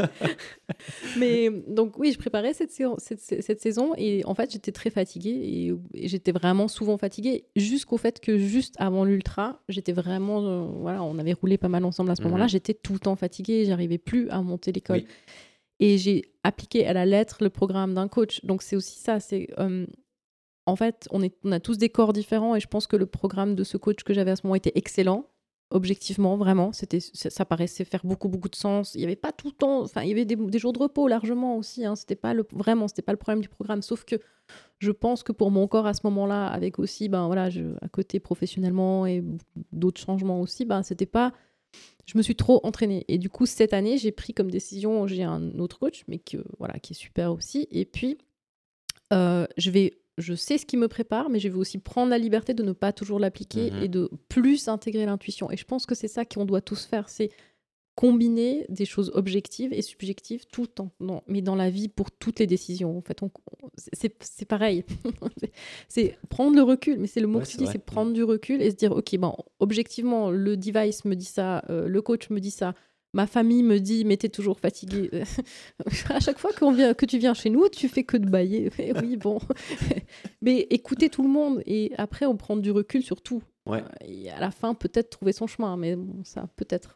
Mais donc oui, je préparais cette, séan- cette, cette saison et en fait j'étais très fatiguée et, et j'étais vraiment souvent fatiguée jusqu'au fait que juste avant l'ultra, j'étais vraiment, euh, voilà, on avait roulé pas mal ensemble à ce
Mhm.
moment-là, j'étais tout le temps fatiguée, j'arrivais plus à monter l'école.
Oui.
Et j'ai appliqué à la lettre le programme d'un coach. Donc c'est aussi ça, c'est... euh, en fait, on, est, on a tous des corps différents et je pense que le programme de ce coach que j'avais à ce moment était excellent. Objectivement, vraiment, c'était, ça, ça paraissait faire beaucoup, beaucoup de sens. Il n'y avait pas tout le temps, enfin, il y avait des, des jours de repos largement aussi. Hein, c'était pas le, vraiment, c'était pas le problème du programme. Sauf que je pense que pour mon corps à ce moment-là, avec aussi, ben voilà, je, à côté professionnellement et d'autres changements aussi, ben c'était pas. Je me suis trop entraînée. Et du coup, cette année, j'ai pris comme décision, j'ai un autre coach, mais que, voilà, qui est super aussi. Et puis, euh, je vais, je sais ce qui me prépare, mais je vais aussi prendre la liberté de ne pas toujours l'appliquer
Mhm.
et de plus intégrer l'intuition. Et je pense que c'est ça qu'on doit tous faire, c'est combiner des choses objectives et subjectives tout le temps. Non, mais dans la vie, pour toutes les décisions, en fait, on, on- c'est, c'est pareil. c'est, c'est prendre le recul, mais c'est le mot
Ouais,
que tu
c'est
dis,
vrai.
c'est prendre du recul et se dire, ok, bon, objectivement, le device me dit ça, euh, le coach me dit ça, ma famille me dit, mais t'es toujours fatigué. À chaque fois qu'on vient, que tu viens chez nous, tu fais que de bailler. Eh oui, bon. Mais écouter tout le monde et après, on prend du recul sur tout.
Ouais.
Et à la fin, peut-être trouver son chemin, mais bon, ça, peut-être.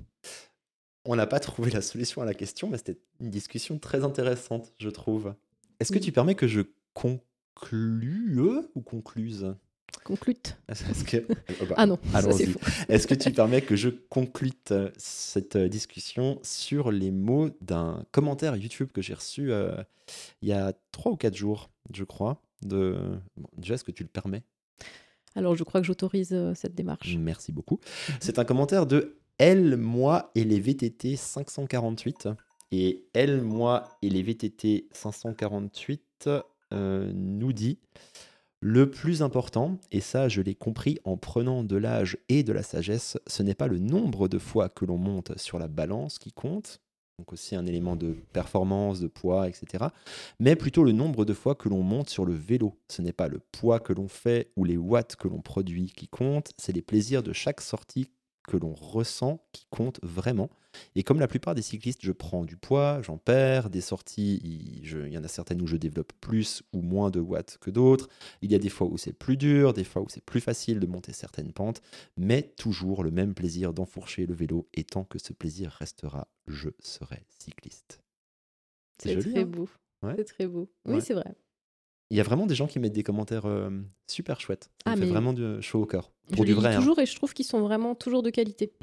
On n'a pas trouvé la solution à la question, mais c'était une discussion très intéressante, je trouve. Est-ce que
Oui.
tu permets que je conclue ou concluse?
Conclute.
Est-ce que... oh bah,
Ah non, ça c'est
allons-y.
faux.
Est-ce que tu permets que je conclute euh, cette euh, discussion sur les mots d'un commentaire YouTube que j'ai reçu euh, il y a trois ou quatre jours, je crois. De... Bon, déjà, est-ce que tu le permets?
Alors, je crois que j'autorise euh, cette démarche.
Merci beaucoup. C'est un commentaire de Elle, moi et les V T T cinq cent quarante-huit. Et Elle, moi et les V T T cinq cent quarante-huit euh, nous dit le plus important, et ça je l'ai compris en prenant de l'âge et de la sagesse, ce n'est pas le nombre de fois que l'on monte sur la balance qui compte, donc aussi un élément de performance, de poids, et cetera, mais plutôt le nombre de fois que l'on monte sur le vélo. Ce n'est pas le poids que l'on fait ou les watts que l'on produit qui comptent, c'est les plaisirs de chaque sortie que l'on ressent qui comptent vraiment. Et comme la plupart des cyclistes, je prends du poids, j'en perds, des sorties, il, je- il y en a certaines où je développe plus ou moins de watts que d'autres, il y a des fois où c'est plus dur, des fois où c'est plus facile de monter certaines pentes, mais toujours le même plaisir d'enfourcher le vélo, et tant que ce plaisir restera, je serai cycliste. C'est
C'est
joli,
très
hein.
beau.
Ouais.
C'est très beau. Oui,
Ouais.
c'est vrai.
Il y a vraiment des gens qui mettent des commentaires euh, super chouettes. Ça
Ah,
me fait
mais
vraiment du chaud au cœur.
Je
Pour
les
du vrai.
lis
hein.
toujours et je trouve qu'ils sont vraiment toujours de qualité.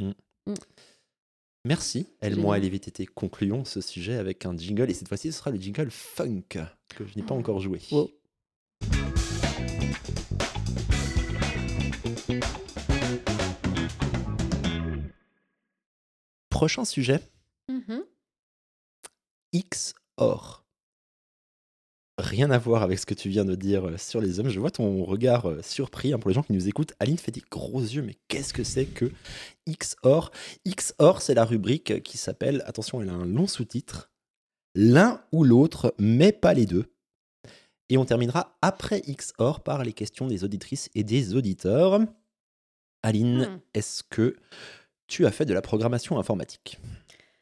Merci, Elle,
génial.
moi et les V T T. Concluons ce sujet avec un jingle, et cette fois-ci, ce sera le jingle funk que je n'ai pas encore joué.
Wow.
Prochain sujet,
Mhm.
X O R. Rien à voir avec ce que tu viens de dire euh, sur les hommes. Je vois ton regard euh, surpris hein, pour les gens qui nous écoutent. Aline fait des gros yeux, mais qu'est-ce que c'est que X O R? X O R, c'est la rubrique qui s'appelle, attention, elle a un long sous-titre, L'un ou l'autre, mais pas les deux. Et on terminera après X O R par les questions des auditrices et des auditeurs. Aline,
Hmm.
est-ce que tu as fait de la programmation informatique?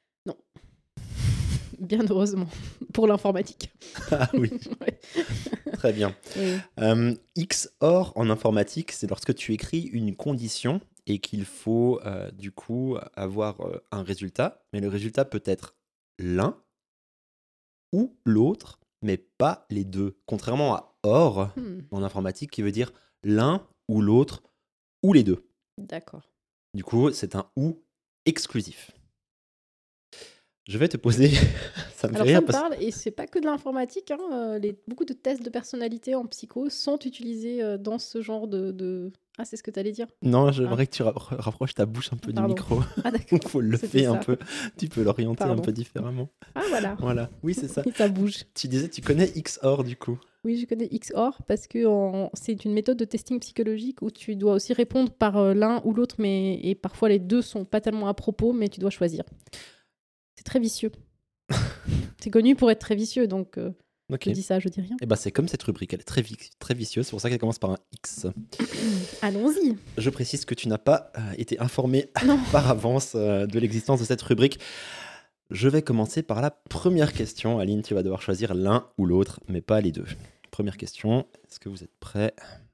Bien heureusement, pour l'informatique.
Ah oui.
Ouais.
Très bien.
Oui.
Euh, X O R en informatique, c'est lorsque tu écris une condition et qu'il faut euh, du coup avoir euh, un résultat, mais le résultat peut être l'un ou l'autre, mais pas les deux. Contrairement à OR
Hmm,
en informatique qui veut dire l'un ou l'autre ou les deux.
D'accord.
Du coup, c'est un ou exclusif. Je vais te poser. Ça me fait
Alors
rire
ça me
parce que.
parle, et c'est pas que de l'informatique, hein, euh, les, beaucoup de tests de personnalité en psycho sont utilisés euh, dans ce genre de... de- Ah, c'est ce que tu allais dire?
Non,
Ah,
j'aimerais que tu ra- rapproches ta bouche un peu du
pardon.
micro.
Ah
Il
d'accord,
faut le
c'était
lever un
ça.
peu. Tu peux l'orienter un
Pardon.
peu différemment.
Ah voilà,
Voilà. Oui, c'est ça.
et ça bouge.
Tu disais, tu connais X O R du coup.
Oui, je connais X O R parce que en- c'est une méthode de testing psychologique où tu dois aussi répondre par euh, l'un ou l'autre, mais et parfois les deux sont pas tellement à propos, mais tu dois choisir. C'est très vicieux. C'est connu pour être très vicieux, donc euh,
Ok.
je dis ça, je dis rien.
Et ben c'est comme cette rubrique, elle est très, vi- très vicieuse, c'est pour ça qu'elle commence par un X.
Allons-y.
Je précise que tu n'as pas euh, été informé
Non.
par avance euh, de l'existence de cette rubrique. Je vais commencer par la première question. Aline, tu vas devoir choisir l'un ou l'autre, mais pas les deux. Première question, est-ce que vous êtes prêts?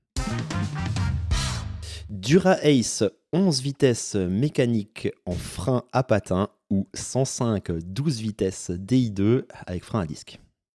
Dura-Ace onze vitesses mécanique en frein à patin ou cent cinq douze vitesses D I deux avec frein à disque?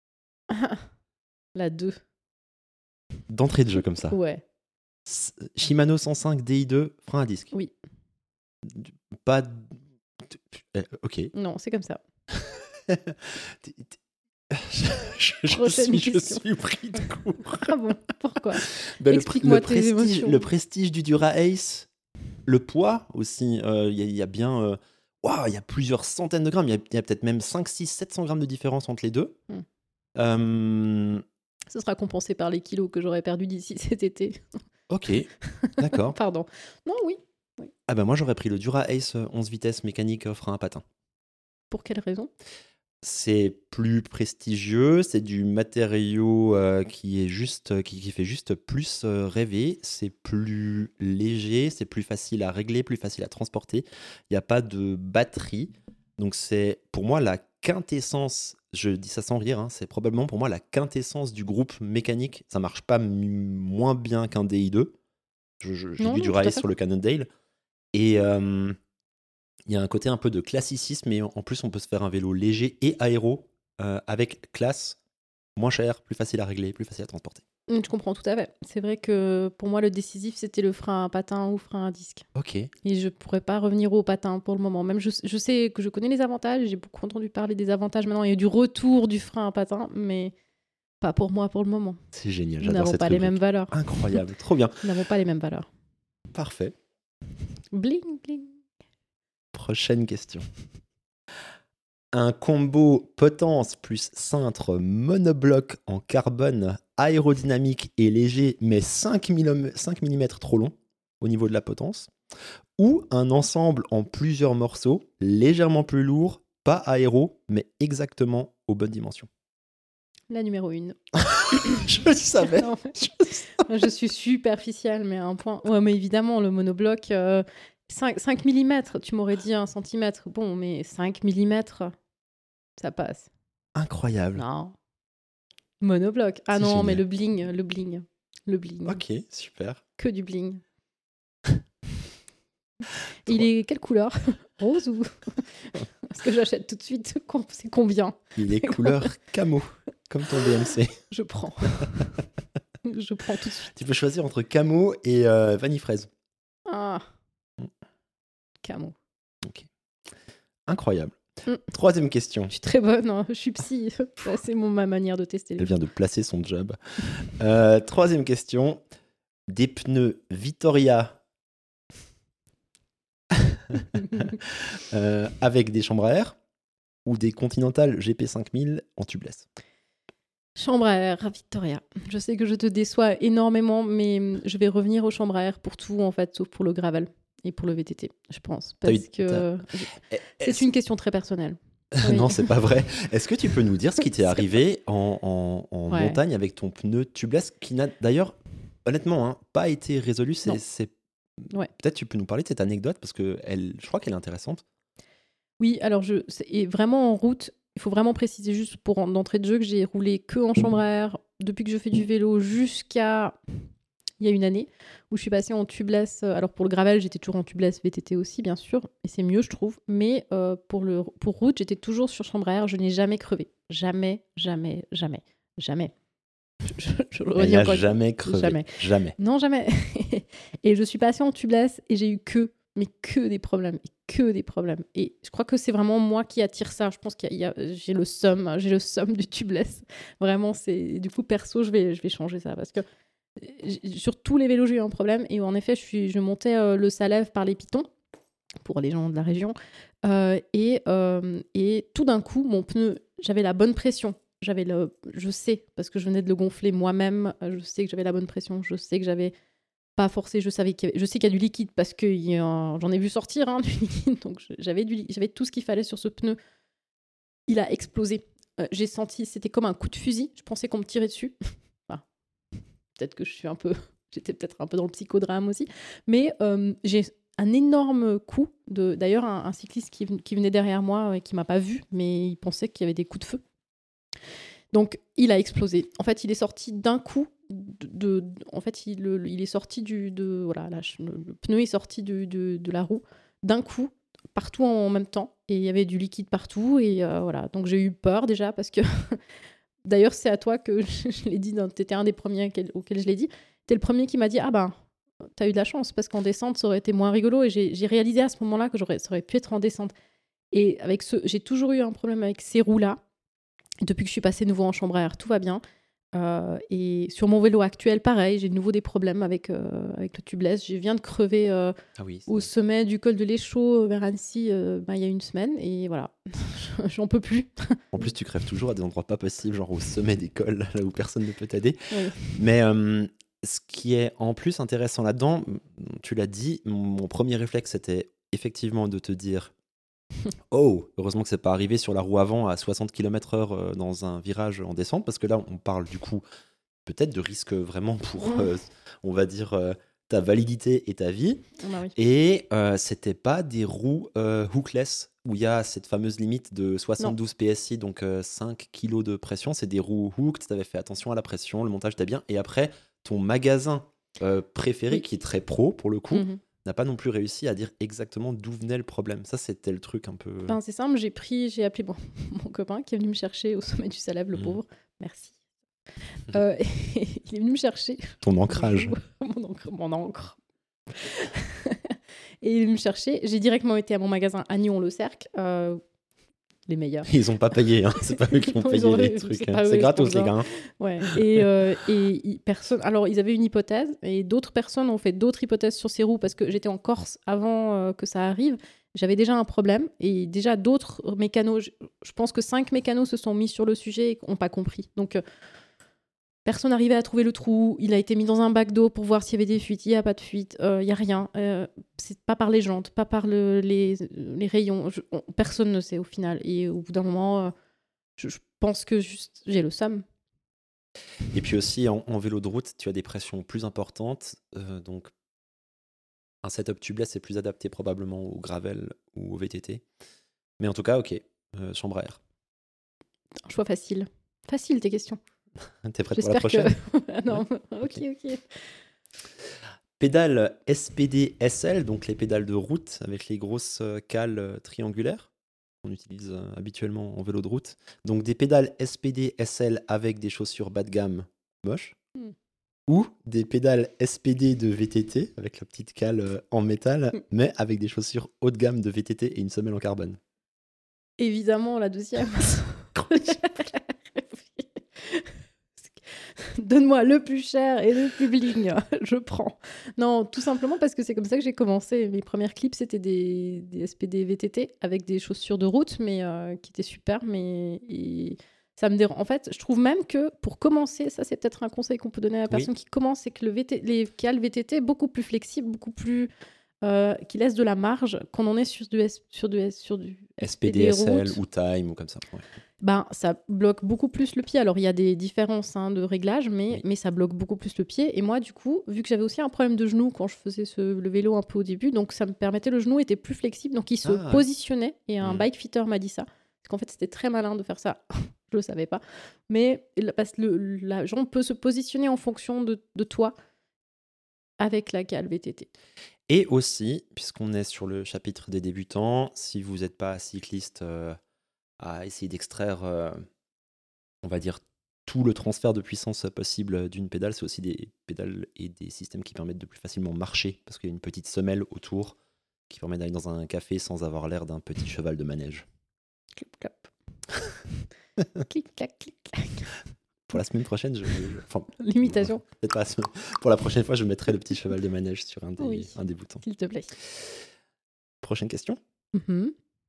La deux.
D'entrée de jeu comme ça.
Ouais.
S- Shimano cent cinq D I deux, frein à disque.
Oui.
Pas. Euh, ok.
Non, c'est comme ça.
T'es- t'es- je, je- je
Prochaine
suis, je
question.
suis pris de court.
Ah bon, pourquoi?
Ben, le, pr-
Explique-moi
le
tes
prestige,
émotions.
le prestige du Dura-Ace, le poids aussi, euh, il y, a- il y a bien. euh, Waouh, il y a plusieurs centaines de grammes. Il y a, il y a peut-être même cinq, six, sept cents grammes de différence entre les deux.
Hmm.
Euh,
Ce sera compensé par les kilos que j'aurais perdus d'ici cet été.
ok, d'accord.
Pardon. Non, oui.
Ah ben moi j'aurais pris le Dura-Ace onze vitesses mécanique euh, frein à patin.
Pour quelle raison?
C'est plus prestigieux, c'est du matériau euh, qui est juste, qui, qui fait juste plus euh, rêver. C'est plus léger, c'est plus facile à régler, plus facile à transporter. Il n'y a pas de batterie, donc c'est pour moi la quintessence. Je dis ça sans rire, hein, c'est probablement pour moi la quintessence du groupe mécanique. Ça marche pas m- moins bien qu'un D I deux. Je- je- J'ai
Non,
du
non, tout à
Dura-Ace
fait.
sur le Cannondale et euh, il y a un côté un peu de classicisme, mais en plus, on peut se faire un vélo léger et aéro euh, avec classe, moins cher, plus facile à régler, plus facile à transporter.
Mm, Je comprends tout à fait. C'est vrai que pour moi, le décisif, c'était le frein à patin ou frein à disque.
Ok.
Et je pourrais pas revenir au patin pour le moment. Même je, je sais que je connais les avantages, j'ai beaucoup entendu parler des avantages maintenant et du retour du frein à patin, mais pas pour moi pour le moment.
C'est génial,
Nous
j'adore
n'avons
cette
pas les
rubrique.
mêmes valeurs.
Incroyable, trop bien.
Nous n'avons pas les mêmes valeurs.
Parfait.
Bling, bling.
Prochaine question. Un combo potence plus cintre monobloc en carbone aérodynamique et léger, mais cinq millimètres trop long au niveau de la potence, ou un ensemble en plusieurs morceaux, légèrement plus lourd, pas aéro, mais exactement aux bonnes dimensions.
La numéro une.
Je le savais.
Non, mais- je suis superficielle, mais à un point. Ouais, mais évidemment, le monobloc, euh, cinq millimètres, tu m'aurais dit un centimètre. Bon, mais cinq millimètres, ça passe.
Incroyable.
Non. Monobloc. Ah
C'est
non,
génial.
mais le bling, le bling. Le bling.
Ok, super.
Que du bling. Il est quelle couleur? Rose ou Parce que j'achète tout de suite. com- C'est combien?
Il est couleur camo, comme ton B M C.
Je prends. Je prends tout de suite.
Tu peux choisir entre camo et euh, vanille fraise.
Ah. Camo.
Incroyable.
Mm.
Troisième question.
Je suis très bonne, hein. Je suis psy. Ça, c'est mon, ma manière de tester les
Elle vient de placer son job. Euh, troisième question. Des pneus Vittoria euh, avec des chambres à air ou des Continental G P cinq mille en tubeless?
Chambre à air, Victoria. Je sais que je te déçois énormément, mais je vais revenir aux chambres à air pour tout, en fait, sauf pour le gravel et pour le V T T, je pense.
T'as
Parce
eu-
que
Eh,
c'est
est-ce-
une question très personnelle. Oui.
Non, c'est pas vrai. Est-ce que tu peux nous dire ce qui t'est
C'est
arrivé en, en- en
Ouais.
montagne avec ton pneu tubeless qui n'a d'ailleurs, honnêtement, hein, pas été résolu? C'est,
Non.
c'est...
Ouais.
Peut-être tu peux nous parler de cette anecdote parce que elle, je crois qu'elle est intéressante.
Oui, alors je, c'est- et vraiment en route, il faut vraiment préciser juste pour en- d'entrée de jeu que j'ai roulé que en chambre à air depuis que je fais du vélo jusqu'à il y a une année où je suis passée en tubeless. Alors pour le gravel, j'étais toujours en tubeless V T T aussi, bien sûr, et c'est mieux, je trouve. Mais euh, pour, le, pour route, j'étais toujours sur chambre à air. Je n'ai jamais crevé. Jamais, jamais, jamais, jamais. Je, je le
Elle
redis
n'a
encore.
jamais crevé.
Jamais.
Jamais.
Non, jamais. Et je suis passée en tubeless et j'ai eu que, mais que des problèmes. Et que des problèmes. Et je crois que c'est vraiment moi qui attire ça. Je pense qu'il y a, il y a j'ai le somme, j'ai le somme du tubeless. Vraiment, c'est du coup perso, je vais, je vais changer ça parce que sur tous les vélos, j'ai eu un problème. Et en effet, je, suis, je montais euh, le Salève par les pitons, pour les gens de la région. Euh, et, euh, et tout d'un coup, mon pneu, j'avais la bonne pression. J'avais le, je sais, parce que je venais de le gonfler moi-même, je sais que j'avais la bonne pression, je sais que j'avais pas forcé, je, savais qu'il y avait, je sais qu'il y a du liquide, parce que y a, j'en ai vu sortir hein, du liquide, donc j'avais, du, j'avais tout ce qu'il fallait sur ce pneu. Il a explosé. Euh, j'ai senti, c'était comme un coup de fusil, je pensais qu'on me tirait dessus. Enfin, peut-être que je suis un peu, j'étais peut-être un peu dans le psychodrame aussi, mais euh, j'ai un énorme coup, de, d'ailleurs un, un cycliste qui, qui venait derrière moi et qui m'a pas vu, mais il pensait qu'il y avait des coups de feu. Donc, il a explosé. En fait, il est sorti d'un coup. De, de, de en fait, il, le, il est sorti du... De, voilà, la, le, le pneu est sorti de, de, de la roue d'un coup, partout en même temps. Et il y avait du liquide partout. Et euh, voilà. Donc, j'ai eu peur déjà parce que... D'ailleurs, c'est à toi que je, je l'ai dit. Tu étais un des premiers auxquels, auxquels je l'ai dit. Tu es le premier qui m'a dit « Ah ben, t'as eu de la chance parce qu'en descente, ça aurait été moins rigolo. » Et j'ai, j'ai réalisé à ce moment-là que j'aurais, ça aurait pu être en descente. Et avec ce, j'ai toujours eu un problème avec ces roues-là. Depuis que je suis passée nouveau en chambre à air, tout va bien. Euh, et sur mon vélo actuel, pareil, j'ai de nouveau des problèmes avec, euh, avec le tubeless. Je viens de crever euh,
ah oui,
au sommet du col de l'Échaud vers Annecy euh, ben, il y a une semaine. Et voilà, j'en peux plus.
En plus, tu crèves toujours à des endroits pas possibles, genre au sommet des cols, là où personne ne peut t'aider.
Oui.
Mais euh, ce qui est en plus intéressant là-dedans, tu l'as dit, mon premier réflexe, c'était effectivement de te dire oh, heureusement que c'est pas arrivé sur la roue avant à soixante kilomètres heure dans un virage en descente, parce que là, on parle du coup peut-être de risque vraiment pour, mmh. euh, on va dire, euh, ta validité et ta vie.
Ah oui.
Et euh, c'était pas des roues euh, hookless, où il y a cette fameuse limite de soixante-douze P S I, donc euh, cinq kilos de pression. C'est des roues hooked, tu avais fait attention à la pression, le montage était bien. Et après, ton magasin euh, préféré, oui. qui est très pro pour le coup, mmh. n'a pas non plus réussi à dire exactement d'où venait le problème. Ça, c'était le truc un peu...
Ben, c'est simple, j'ai pris, j'ai appelé bon, mon copain qui est venu me chercher au sommet du Salève, le mmh. pauvre. Merci. Mmh. Euh, il est venu me chercher.
Ton ancrage.
mon encre. Mon encre. Et il est venu me chercher. J'ai directement été à mon magasin à Nyon-le-Cercle. Euh, les meilleurs.
Ils n'ont pas payé, hein. C'est pas eux qui ont payé ont, les trucs. C'est, hein. c'est gratos, les gars. Hein.
Ouais. Et, euh, et y, personne... Alors, ils avaient une hypothèse et d'autres personnes ont fait d'autres hypothèses sur ces roues parce que j'étais en Corse avant euh, que ça arrive. J'avais déjà un problème et déjà d'autres mécanos, je, je pense que cinq mécanos se sont mis sur le sujet et n'ont pas compris. Donc, euh, personne n'arrivait à trouver le trou. Il a été mis dans un bac d'eau pour voir s'il y avait des fuites. Il n'y a pas de fuite. Il euh, n'y a rien. Euh, c'est pas par les jantes, pas par le, les, les rayons. Je, on, personne ne sait au final. Et au bout d'un moment, euh, je, je pense que juste j'ai le seum.
Et puis aussi, en, en vélo de route, tu as des pressions plus importantes. Euh, donc, un setup tubeless est plus adapté probablement au gravel ou au V T T. Mais en tout cas, ok, euh, chambre à air.
Un choix facile. Facile tes questions.
T'es prête
J'espère
pour la prochaine
que... Non, ouais. ok, ok.
Pédales S P D S L, donc les pédales de route avec les grosses cales triangulaires qu'on utilise habituellement en vélo de route. Donc des pédales S P D S L avec des chaussures bas de gamme moches. Mm. Ou des pédales S P D de V T T avec la petite cale en métal, mm. mais avec des chaussures haut de gamme de V T T et une semelle en carbone.
Évidemment, la deuxième. Donne-moi le plus cher et le plus bling, je prends. Non, tout simplement parce que c'est comme ça que j'ai commencé. Mes premières clips, c'était des, des S P D V T T avec des chaussures de route, mais euh, qui étaient super. Mais et ça me dérange. En fait, je trouve même que pour commencer, ça c'est peut-être un conseil qu'on peut donner à la personne oui. qui commence, c'est que le V T T, les cales V T T beaucoup plus flexibles, beaucoup plus euh, qui laissent de la marge qu'on en est sur du S, sur du S, sur du
S P D S L ou Time ou comme ça. Ouais.
Ben, ça bloque beaucoup plus le pied. Alors, il y a des différences hein, de réglage, mais, oui. mais ça bloque beaucoup plus le pied. Et moi, du coup, vu que j'avais aussi un problème de genou quand je faisais ce, le vélo un peu au début, donc ça me permettait, le genou était plus flexible, donc il se ah, positionnait. Et un mmh. bike fitter m'a dit ça. Parce qu'en fait, c'était très malin de faire ça je le savais pas. Mais la- parce que le, la jambe peut se positionner en fonction de, de toi avec la cale V T T.
Et aussi, puisqu'on est sur le chapitre des débutants, si vous n'êtes pas cycliste, euh, à essayer d'extraire, euh, on va dire, tout le transfert de puissance possible d'une pédale, c'est aussi des pédales et des systèmes qui permettent de plus facilement marcher, parce qu'il y a une petite semelle autour qui permet d'aller dans un café sans avoir l'air d'un petit cheval de manège.
Clip, clap. Clic, clac, clic, clac.
Pour la semaine prochaine, je, je- enfin,
L'imitation,
peut-être pas la semaine- pour la prochaine fois, je mettrai le petit cheval de manège sur un des,
Oui.
un des boutons.
s'il te plaît.
Prochaine question.
Mhm.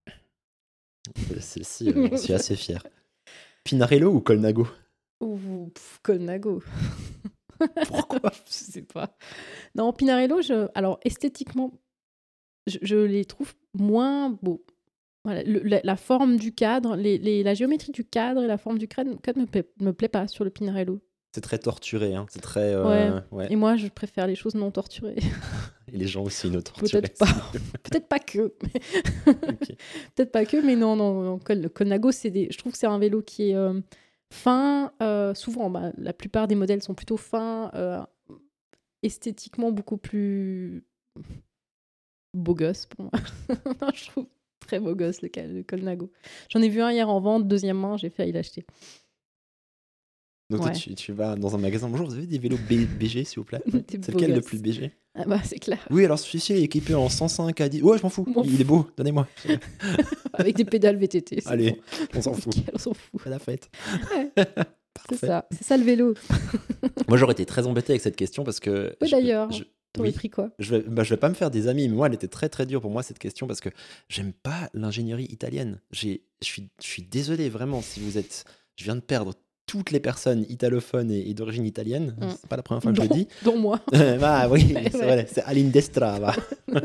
Celle-ci, euh, j'en suis assez fier. Pinarello ou Colnago?
Ou pff, Colnago.
Pourquoi?
Je sais pas. Non, Pinarello, je... alors esthétiquement, je, je les trouve moins beaux. Voilà, le- la, la forme du cadre, les, les- la géométrie du cadre et la forme du cadre, cadre me, plaît, me plaît pas sur le Pinarello.
C'est très torturé, hein. C'est très. euh, ouais.
Et moi, je préfère les choses non torturées.
Et les gens aussi ne torturent
Peut-être pas. Peut-être pas que. mais-
Ok.
Peut-être pas que, mais non, non, non. Col- Colnago, c'est des... je trouve que c'est un vélo qui est euh, fin. euh, souvent, bah, la plupart des modèles sont plutôt fins, euh, esthétiquement beaucoup plus beau gosse pour moi. Non, je trouve très beau gosse le, cal- le Colnago. J'en ai vu un hier en vente, deuxième main, j'ai failli l'acheter.
Donc toi,
Ouais.
tu, tu vas dans un magasin. Bonjour, vous avez des vélos B- BG, s'il vous plaît?
Des
C'est
beaux
lequel le
gosses.
plus B G?
Ah bah, c'est clair.
Oui, alors celui-ci est équipé en cent cinq à dix. Ouais, je m'en fous.
M'en
Il est beau, donnez-moi.
Avec des pédales V T T. c'est
Allez,
bon.
on s'en fout.
Nickel, on s'en fout.
À la fête.
Ouais.
Parfait.
C'est ça. C'est ça le vélo.
Moi, j'aurais été très embêté avec cette question parce que.
Oui,
je-
d'ailleurs.
je-
T'aurais
oui.
pris quoi?
Je vais, bah, je vais pas me faire des amis, mais moi, elle était très très dure pour moi cette question parce que j'aime pas l'ingénierie italienne. J'ai, je suis, je suis désolé vraiment si vous êtes. Je viens de perdre toutes les personnes italophones et, et d'origine italienne.
Mm.
C'est pas la première fois que je le dis.
Dont moi.
Ah oui,
Ouais,
c'est
ouais.
vrai, c'est all'indestra, va.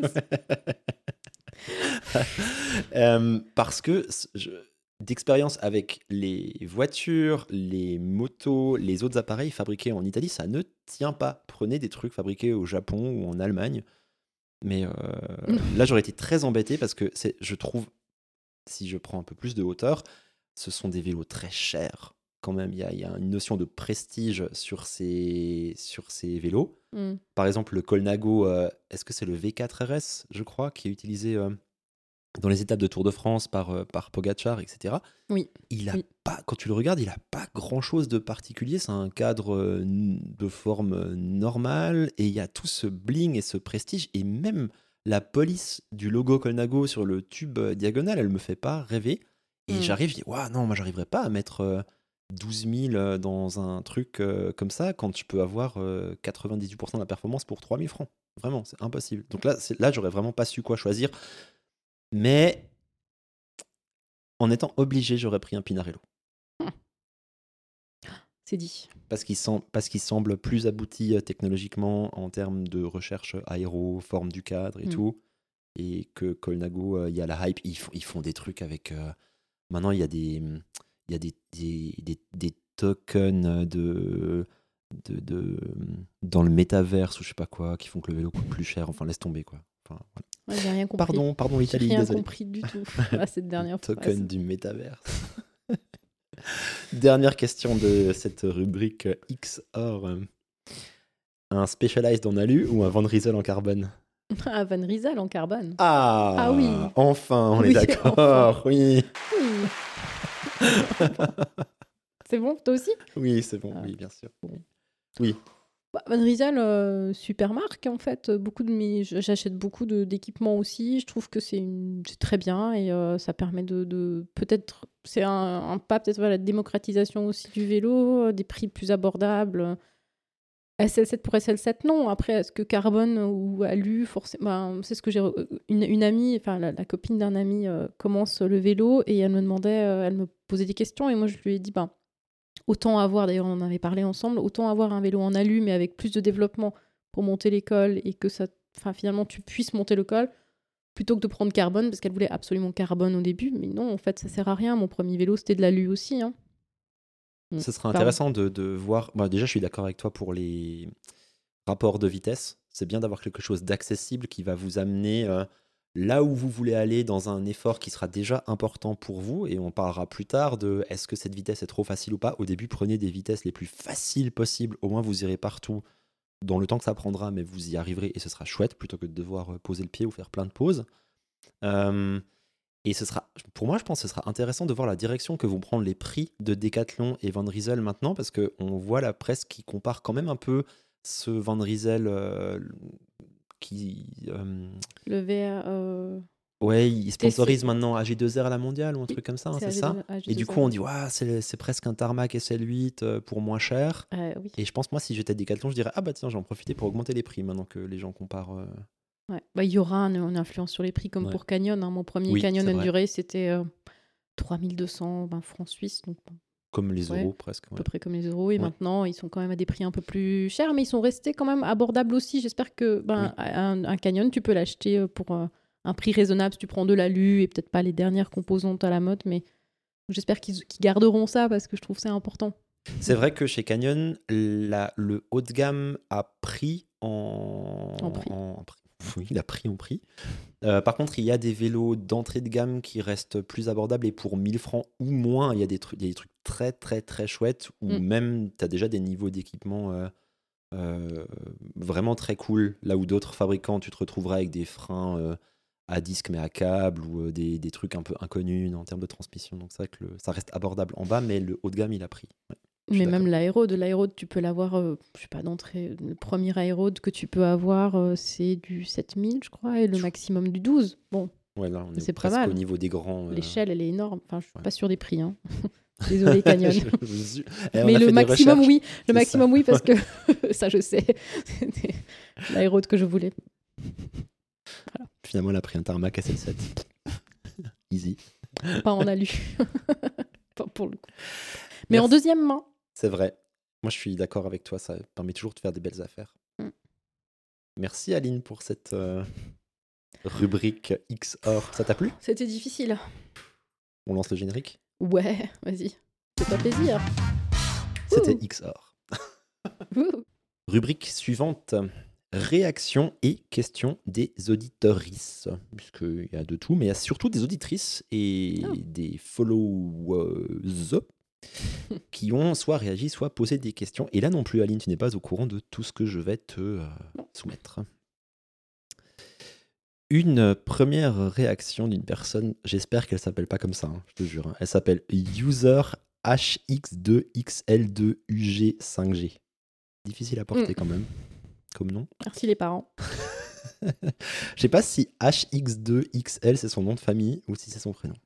Euh, parce que c- je- d'expérience avec les voitures, les motos, les autres appareils fabriqués en Italie, ça ne tient pas. Prenez des trucs fabriqués au Japon ou en Allemagne. Mais euh, là, j'aurais été très embêté parce que c'est, je trouve, si je prends un peu plus de hauteur, ce sont des vélos très chers. Quand même, il y a, il y a une notion de prestige sur ces, sur ces vélos.
Mm.
Par exemple, le Colnago, euh, est-ce que c'est le V quatre R S, je crois, qui est utilisé euh, dans les étapes de Tour de France par, euh, par Pogacar, et cetera.
Oui.
Il a
Oui.
pas, quand tu le regardes, il a pas grand-chose de particulier. C'est un cadre euh, n- de forme euh, normale et il y a tout ce bling et ce prestige. Et même la police du logo Colnago sur le tube euh, diagonal, elle me fait pas rêver. Et
Mm.
j'arrive, je dis, waouh, non, moi, j'arriverai pas à mettre euh, douze mille euh, dans un truc euh, comme ça quand je peux avoir euh, quatre-vingt-dix-huit pour cent de la performance pour trois mille francs. Vraiment, c'est impossible. Donc là, c'est, là, j'aurais vraiment pas su quoi choisir. Mais en étant obligé, j'aurais pris un Pinarello.
C'est dit.
Parce qu'il, sem- parce qu'il semble plus abouti euh, technologiquement en termes de recherche aéro, forme du cadre et
Mm.
tout. Et que Colnago, euh, il y a la hype. Ils, font- ils font des trucs avec. euh, maintenant, il y a des, il y a des, des, des, des tokens de, de, de, dans le métaverse ou je sais pas quoi qui font que le vélo coûte plus cher. Enfin, laisse tomber quoi. Enfin, voilà.
Ouais, j'ai rien compris.
Pardon, pardon
J'ai
l'Italie,
rien
désolé.
compris du tout à cette dernière
Token
phrase.
du métaverse. Dernière question de cette rubrique X or. euh, Un Specialized en alu ou un Van Rysel en carbone?
Ah, Van Rysel en carbone.
Ah,
Ah oui.
Enfin, on
Oui,
est d'accord. Oui,
Oui. C'est bon, toi aussi?
oui, c'est bon.
Ah,
Oui, bien sûr.
bon.
Oui.
Bah, Van Rysel, euh, super marque en fait. Beaucoup de mes... J'achète beaucoup de- d'équipements aussi. Je trouve que c'est une... c'est très bien et euh, ça permet de, de... peut-être c'est un, un pas peut-être vers la démocratisation aussi du vélo, euh, des prix plus abordables. S L sept pour S L sept, non. Après, est-ce que carbone ou alu, forcément, ben, c'est ce que j'ai. re- Une, une amie, enfin la, la copine d'un ami euh, commence le vélo et elle me demandait, euh, elle me posait des questions et moi je lui ai dit, ben autant avoir, d'ailleurs on en avait parlé ensemble, autant avoir un vélo en alu mais avec plus de développement pour monter l'école et que ça, enfin finalement tu puisses monter le col plutôt que de prendre carbone parce qu'elle voulait absolument carbone au début, mais non en fait ça sert à rien. Mon premier vélo c'était de l'alu aussi. Hein. Mm.
Ce sera
Pardon.
intéressant de, de voir. Bah, déjà, je suis d'accord avec toi pour les rapports de vitesse. C'est bien d'avoir quelque chose d'accessible qui va vous amener euh, là où vous voulez aller dans un effort qui sera déjà important pour vous, et on parlera plus tard de est-ce que cette vitesse est trop facile ou pas. Au début, prenez des vitesses les plus faciles possibles, au moins vous irez partout dans le temps que ça prendra, mais vous y arriverez et ce sera chouette plutôt que de devoir poser le pied ou faire plein de pauses. Euh, et ce sera, pour moi, je pense que ce sera intéressant de voir la direction que vont prendre les prix de Decathlon et Van Rysel maintenant, parce qu'on voit la presse qui compare quand même un peu ce Van Rysel euh, qui... euh,
Le V R. Euh...
Ouais, il sponsorise
T C.
maintenant A G deux R à la mondiale ou un
Oui,
truc comme ça, hein,
c'est
c'est
A G deux,
ça.
A G deux R.
Et du coup, on dit, ouais, c'est, c'est presque un tarmac S L huit euh, pour moins cher.
Euh, oui.
Et je pense, moi, si j'étais Decathlon, je dirais, ah bah tiens, j'ai en profité pour augmenter les prix maintenant que les gens comparent. euh.
Ouais. Bah, il y aura un- une influence sur les prix comme
Ouais.
pour Canyon. Hein. Mon premier
Oui,
Canyon
c'est vrai.
Endurance, c'était euh, trois mille deux cents ben, francs suisses. Donc, bon,
Comme les
ouais,
euros presque.
à
Ouais.
peu près comme les euros. Et
Ouais.
maintenant, ils sont quand même à des prix un peu plus chers, mais ils sont restés quand même abordables aussi. J'espère que ben,
Oui.
un, un Canyon, tu peux l'acheter pour euh, un prix raisonnable si tu prends de l'alu et peut-être pas les dernières composantes à la mode. Mais j'espère qu'ils, qu'ils garderont ça parce que je trouve que c'est important.
C'est vrai que chez Canyon, la, le haut de gamme a pris en,
En prix.
en- en prix. Oui, il a pris en prix. Euh, par contre, il y a des vélos d'entrée de gamme qui restent plus abordables et pour mille francs ou moins, il y a des trucs, il y a des trucs très très très chouettes où
Mm.
même tu as déjà des niveaux d'équipement euh, euh, vraiment très cool. Là où d'autres fabricants, tu te retrouveras avec des freins euh, à disque mais à câble ou euh, des, des trucs un peu inconnus en termes de transmission. Donc c'est vrai que le- ça reste abordable en bas, mais le haut de gamme, il a pris. Ouais. Je suis
Mais même
d'accord.
l'aéro, de l'aéro, tu peux l'avoir, euh, je sais pas, d'entrée. Le premier aéro que tu peux avoir, euh, c'est du sept mille, je crois, et le maximum du douze. Bon,
Ouais, là, on est
c'est pas
presque
mal.
au niveau des grands. euh,
L'échelle, elle est énorme. Enfin, je suis
ouais.
pas sûre des prix. Hein. Désolé, Canyon.
Je- je suis- Eh, on
Mais
a
le
fait des
maximum,
recherches.
oui.
C'est
Le maximum,
ça.
oui, parce que ça, je sais. C'était l'aéro que je voulais.
Finalement, elle a pris un tarmac S L sept. Easy.
Pas en alu. Pas pour le coup. Mais en
Merci.
deuxième main.
C'est vrai. Moi, je suis d'accord avec toi. Ça permet toujours de faire des belles affaires.
Mm.
Merci, Aline, pour cette euh, rubrique X O R. Ça t'a plu?
C'était difficile.
On lance le générique?
Ouais, vas-y. Fais-toi plaisir.
C'était
Ouh.
X O R.
Ouh.
Rubrique suivante. Réactions et questions des auditorices. Puisqu'il y a de tout, mais il y a surtout des auditrices et
Oh.
des followers qui ont soit réagi, soit posé des questions. Et là non plus, Aline, tu n'es pas au courant de tout ce que je vais te euh, soumettre. Une première réaction d'une personne, j'espère qu'elle s'appelle pas comme ça, hein, je te jure. hein. Elle s'appelle user H X deux X L deux U G cinq G. Difficile à porter
Mm.
quand même, comme nom.
Merci les parents.
Je sais pas si H X deux X L c'est son nom de famille ou si c'est son prénom.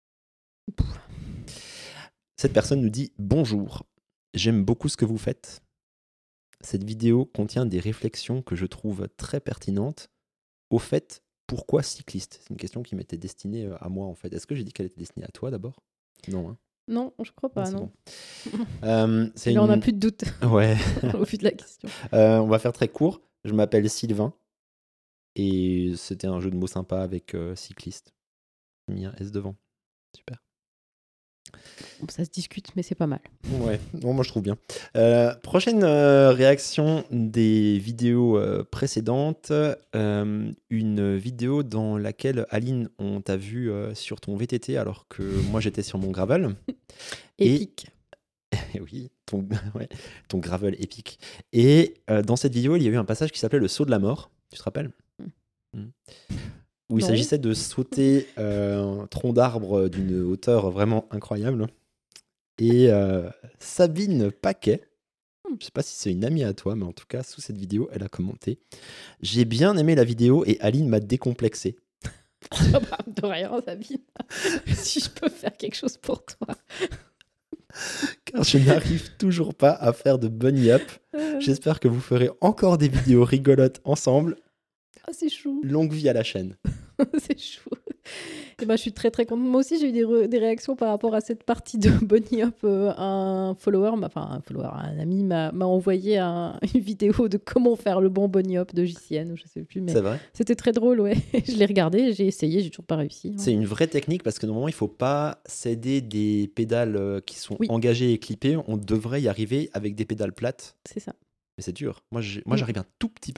Cette personne nous dit « Bonjour, j'aime beaucoup ce que vous faites. Cette vidéo contient des réflexions que je trouve très pertinentes. Au fait, pourquoi cycliste ?» C'est une question qui m'était destinée à moi en fait. Est-ce que j'ai dit qu'elle était destinée à toi d'abord? Non, hein.
Non, je crois pas,
c'est
non.
bon. Euh, c'est
Là, on n'a
une-
plus de doute
Ouais.
au vu de la question.
Euh, on va faire très court. Je m'appelle Sylvain et c'était un jeu de mots sympa avec euh, cycliste. J'ai mis un S devant. Super.
Bon, ça se discute, mais c'est pas mal.
Ouais, non, moi je trouve bien. Euh, prochaine euh, réaction des vidéos euh, précédentes. Euh, une vidéo dans laquelle, Aline, on t'a vu euh, sur ton V T T alors que moi j'étais sur mon gravel. Et-
Épique.
Et oui, ton, ouais, ton gravel épique. Et euh, dans cette vidéo, il y a eu un passage qui s'appelait le saut de la mort. Tu te rappelles?
Mm.
Mm. Où il
Non.
s'agissait de sauter euh, un tronc d'arbre d'une hauteur vraiment incroyable. Et euh, Sabine Paquet, je ne sais pas si c'est une amie à toi, mais en tout cas, sous cette vidéo, elle a commenté « J'ai bien aimé la vidéo et Aline m'a décomplexé.
Ah bah, de rien, Sabine. Si je peux faire quelque chose pour toi.
Car je n'arrive toujours pas à faire de bunny up.
Euh,
J'espère que vous ferez encore des vidéos rigolotes ensemble.
Ah, c'est chou.
Longue vie à la chaîne. »
C'est chou. Et ben, je suis très très contente. Moi aussi, j'ai eu des, re- des réactions par rapport à cette partie de Bunny Hop. Euh, un follower, m'a- enfin un follower, un ami m'a, m'a envoyé un- une vidéo de comment faire le bon Bunny Hop de J C N, ou je sais plus, mais
C'est vrai.
c'était très drôle, ouais. Je l'ai regardé, j'ai essayé, j'ai toujours pas réussi. hein.
C'est une vraie technique parce que normalement, il ne faut pas céder des pédales euh, qui sont
Oui.
engagées et clippées. On devrait y arriver avec des pédales plates.
C'est ça.
Mais c'est dur. Moi, j'ai- moi
Mm.
j'arrive un tout petit peu.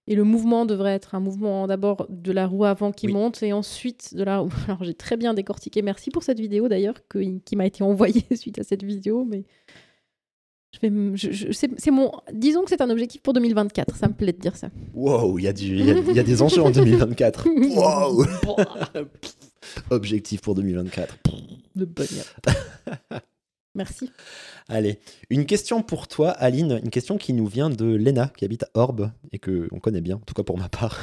Et le mouvement devrait être un mouvement d'abord de la roue avant qui
Oui.
monte et ensuite de la roue. Alors j'ai très bien décortiqué. Merci pour cette vidéo d'ailleurs que- qui m'a été envoyée suite à cette vidéo. Mais je vais, m- je- je- c'est, c'est mon, disons que c'est un objectif pour deux mille vingt-quatre. Ça me plaît de dire ça.
Wow, il y, a du- il y, a- il y a des enjeux en deux mille vingt-quatre. Wow. Objectif pour deux mille vingt-quatre.
De bonheur. Merci.
Allez, une question pour toi, Aline. Une question qui nous vient de Léna, qui habite à Orbe et qu'on connaît bien, en tout cas pour ma part.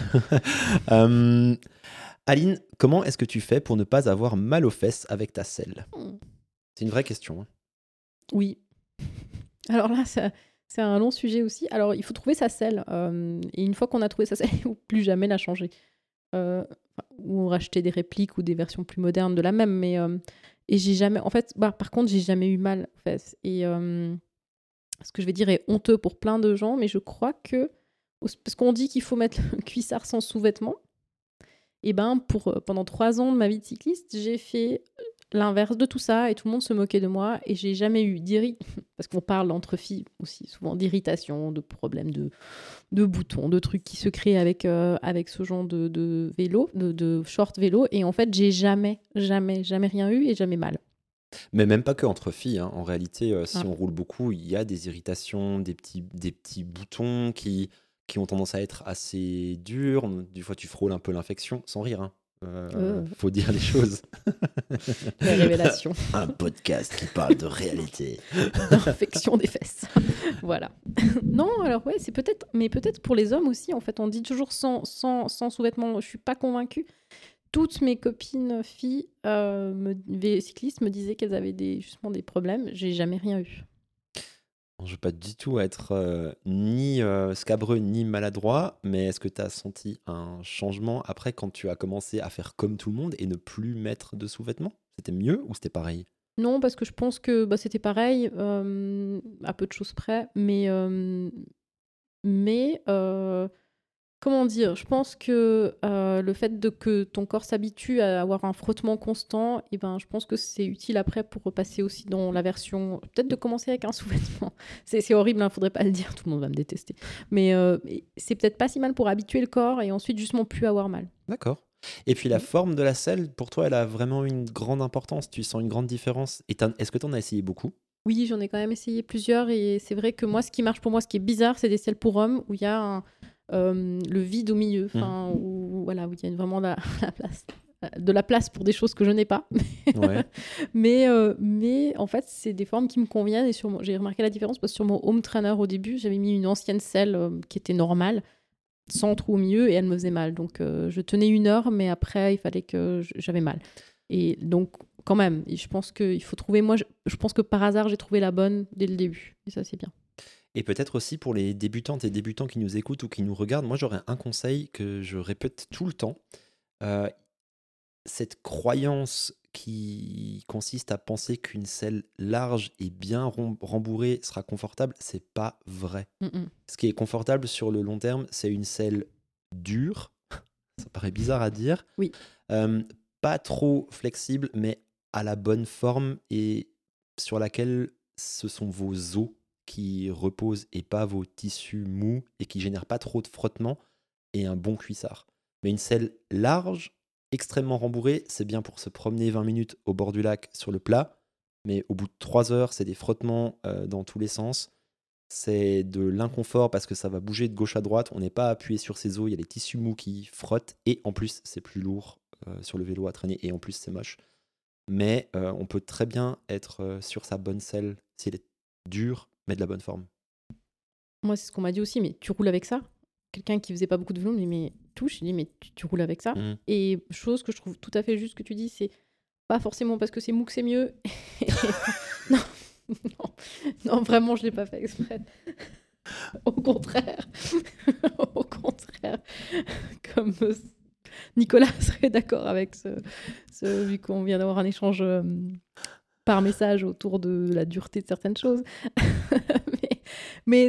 Euh, Aline, comment est-ce que tu fais pour ne pas avoir mal aux fesses avec ta selle? C'est une vraie question. hein.
Oui. Alors là, ça- c'est un long sujet aussi. Alors, il faut trouver sa selle. euh, et une fois qu'on a trouvé sa selle, il ne faut plus jamais la changer. Euh, enfin, ou racheter des répliques ou des versions plus modernes de la même. Mais, euh, et j'ai jamais... En fait, bah, par contre, j'ai jamais eu mal aux fesses. Et euh, ce que je vais dire est honteux pour plein de gens, mais je crois que... Parce qu'on dit qu'il faut mettre le cuissard sans sous-vêtements. Et ben, pour, euh, pendant trois ans de ma vie de cycliste, j'ai fait l'inverse de tout ça et tout le monde se moquait de moi et j'ai jamais eu d'irri parce qu'on parle entre filles aussi souvent d'irritation, de problèmes de, de boutons, de trucs qui se créent avec, euh, avec ce genre de, de vélo, de, de short vélo et en fait j'ai jamais, jamais, jamais rien eu et jamais mal.
Mais même pas que entre filles. hein. En réalité, euh, si
Ah.
on roule beaucoup, il y a des irritations, des petits, des petits boutons qui, qui ont tendance à être assez durs. Des fois, tu frôles un peu l'infection, sans rire. Hein. Euh,
Euh.
Faut dire les choses.
Les révélations
Un podcast qui parle de réalité.
d'infection des fesses. Voilà. Non, alors ouais, c'est peut-être, mais peut-être pour les hommes aussi. En fait, on dit toujours sans, sans, sans sous-vêtements. Je suis pas convaincue. Toutes mes copines filles euh, me, les cyclistes me disaient qu'elles avaient des, justement des problèmes. J'ai jamais rien eu.
Je veux pas du tout être euh, ni euh, scabreux ni maladroit, mais est-ce que tu as senti un changement après quand tu as commencé à faire comme tout le monde et ne plus mettre de sous-vêtements? C'était mieux ou c'était pareil?
Non, parce que je pense que bah, c'était pareil, euh, à peu de choses près. Mais, euh, mais euh, comment dire, je pense que euh, le fait de que ton corps s'habitue à avoir un frottement constant, et ben, je pense que c'est utile après pour repasser aussi dans la version... Peut-être de commencer avec un sous-vêtement. C'est, c'est horrible, il ne faudrait pas le dire, tout le monde va me détester. Mais euh, c'est peut-être pas si mal pour habituer le corps et ensuite justement plus avoir mal.
D'accord. Et puis la
Mhm.
forme de la selle, pour toi, elle a vraiment une grande importance. Tu sens une grande différence. Et t'as- est-ce que tu en as essayé beaucoup?
Oui, j'en ai quand même essayé plusieurs et c'est vrai que moi, ce qui marche pour moi, ce qui est bizarre, c'est des selles pour hommes où il y a un, euh, le vide au milieu, enfin, où, voilà, où il y a vraiment la, la place, de la place pour des choses que je n'ai pas.
Ouais.
mais, euh, mais en fait, c'est des formes qui me conviennent et sur mon- j'ai remarqué la différence parce que sur mon home trainer au début, j'avais mis une ancienne selle euh, qui était normale, sans trou au milieu et elle me faisait mal. Donc, euh, je tenais une heure, mais après, il fallait que je- j'avais mal. Et donc, quand même, et je pense qu'il faut trouver... Moi, je, je pense que par hasard, j'ai trouvé la bonne dès le début. Et ça, c'est bien.
Et peut-être aussi pour les débutantes et débutants qui nous écoutent ou qui nous regardent, moi j'aurais un conseil que je répète tout le temps. Euh, cette croyance qui consiste à penser qu'une selle large et bien rem- rembourrée sera confortable, c'est pas vrai.
Mm-mm.
Ce qui est confortable sur le long terme, c'est une selle dure, ça paraît bizarre à dire,
Oui.
euh, pas trop flexible, mais à la bonne forme et sur laquelle ce sont vos os qui reposent et pas vos tissus mous et qui génèrent pas trop de frottement et un bon cuissard. Mais une selle large, extrêmement rembourrée, c'est bien pour se promener vingt minutes au bord du lac sur le plat, mais au bout de trois heures, c'est des frottements euh, dans tous les sens. C'est de l'inconfort parce que ça va bouger de gauche à droite, on n'est pas appuyé sur ses os, il y a les tissus mous qui frottent et en plus c'est plus lourd euh, sur le vélo à traîner et en plus c'est moche. Mais euh, on peut très bien être euh, sur sa bonne selle si elle est dure mais de la bonne forme.
Moi, c'est ce qu'on m'a dit aussi. Mais tu roules avec ça? Quelqu'un qui faisait pas beaucoup de vélo me dit, mais touche. Je dis, mais tu, tu roules avec ça?
Mmh.
Et chose que je trouve tout à fait juste que tu dis, c'est pas forcément parce que c'est mou que c'est mieux. non, non, non, vraiment, je l'ai pas fait exprès. Au contraire. Au contraire. Comme euh, Nicolas serait d'accord avec ce, ce vu qu'on vient d'avoir un échange euh, par message autour de la dureté de certaines choses. mais, mais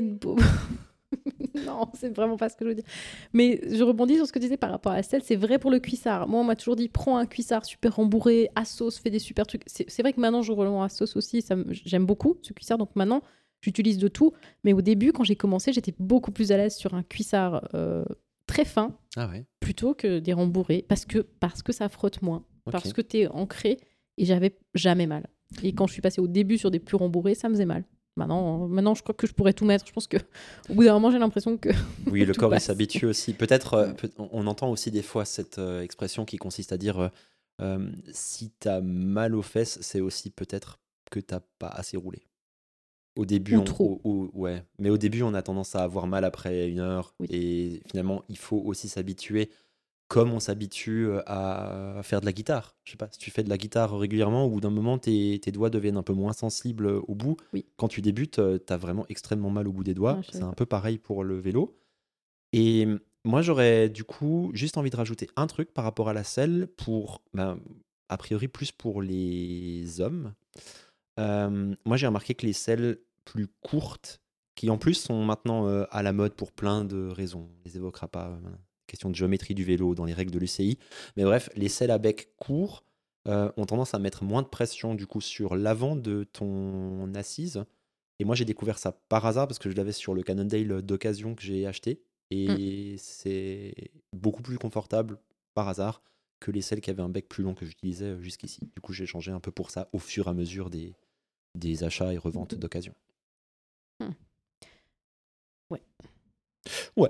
non, c'est vraiment pas ce que je veux dire. Mais je rebondis sur ce que tu disais par rapport à la selle. C'est vrai pour le cuissard. Moi, on m'a toujours dit, prends un cuissard super rembourré, Assos, fais des super trucs. C'est, c'est vrai que maintenant, je roule en Assos aussi. Ça me- j'aime beaucoup ce cuissard. Donc maintenant, j'utilise de tout. Mais au début, quand j'ai commencé, j'étais beaucoup plus à l'aise sur un cuissard euh, très fins
Ah ouais.
plutôt que des rembourrés parce que, parce que ça frotte moins,
Ok.
parce que t'es ancré et j'avais jamais mal. Et quand je suis passée au début sur des plus rembourrés, ça me faisait mal. Maintenant, maintenant, je crois que je pourrais tout mettre. Je pense que au bout d'un moment, j'ai l'impression que
Oui, le
tout
corps il
passe.
s'habitue aussi. Peut-être, euh,
Ouais.
peut- on on entend aussi des fois cette euh, expression qui consiste à dire euh, euh, si t'as mal aux fesses, c'est aussi peut-être que t'as pas assez roulé. Au début,
Ou
on,
trop.
au- au- ouais, mais au début, on a tendance à avoir mal après une heure.
Oui.
Et finalement, il faut aussi s'habituer, comme on s'habitue euh, à faire de la guitare. Je sais pas, si tu fais de la guitare régulièrement, au bout d'un moment, tes, tes doigts deviennent un peu moins sensibles au bout.
Oui.
Quand tu débutes, euh, t'as vraiment extrêmement mal au bout des doigts.
Ah, je
C'est
savais
un
pas.
peu pareil pour le vélo. Et moi, j'aurais du coup juste envie de rajouter un truc par rapport à la selle pour, ben, a priori, plus pour les hommes. Euh, moi, j'ai remarqué que les selles plus courtes, qui en plus sont maintenant euh, à la mode pour plein de raisons, on les évoquera pas, euh, question de géométrie du vélo dans les règles de l'U C I, mais bref, les selles à bec court euh, ont tendance à mettre moins de pression du coup sur l'avant de ton assise. Et moi, j'ai découvert ça par hasard parce que je l'avais sur le Cannondale d'occasion que j'ai acheté.
Mm.
Et c'est beaucoup plus confortable par hasard que les selles qui avaient un bec plus long que j'utilisais jusqu'ici. Du coup, j'ai changé un peu pour ça au fur et à mesure des, des achats et reventes d'occasion.
Mm. Ouais.
Ouais,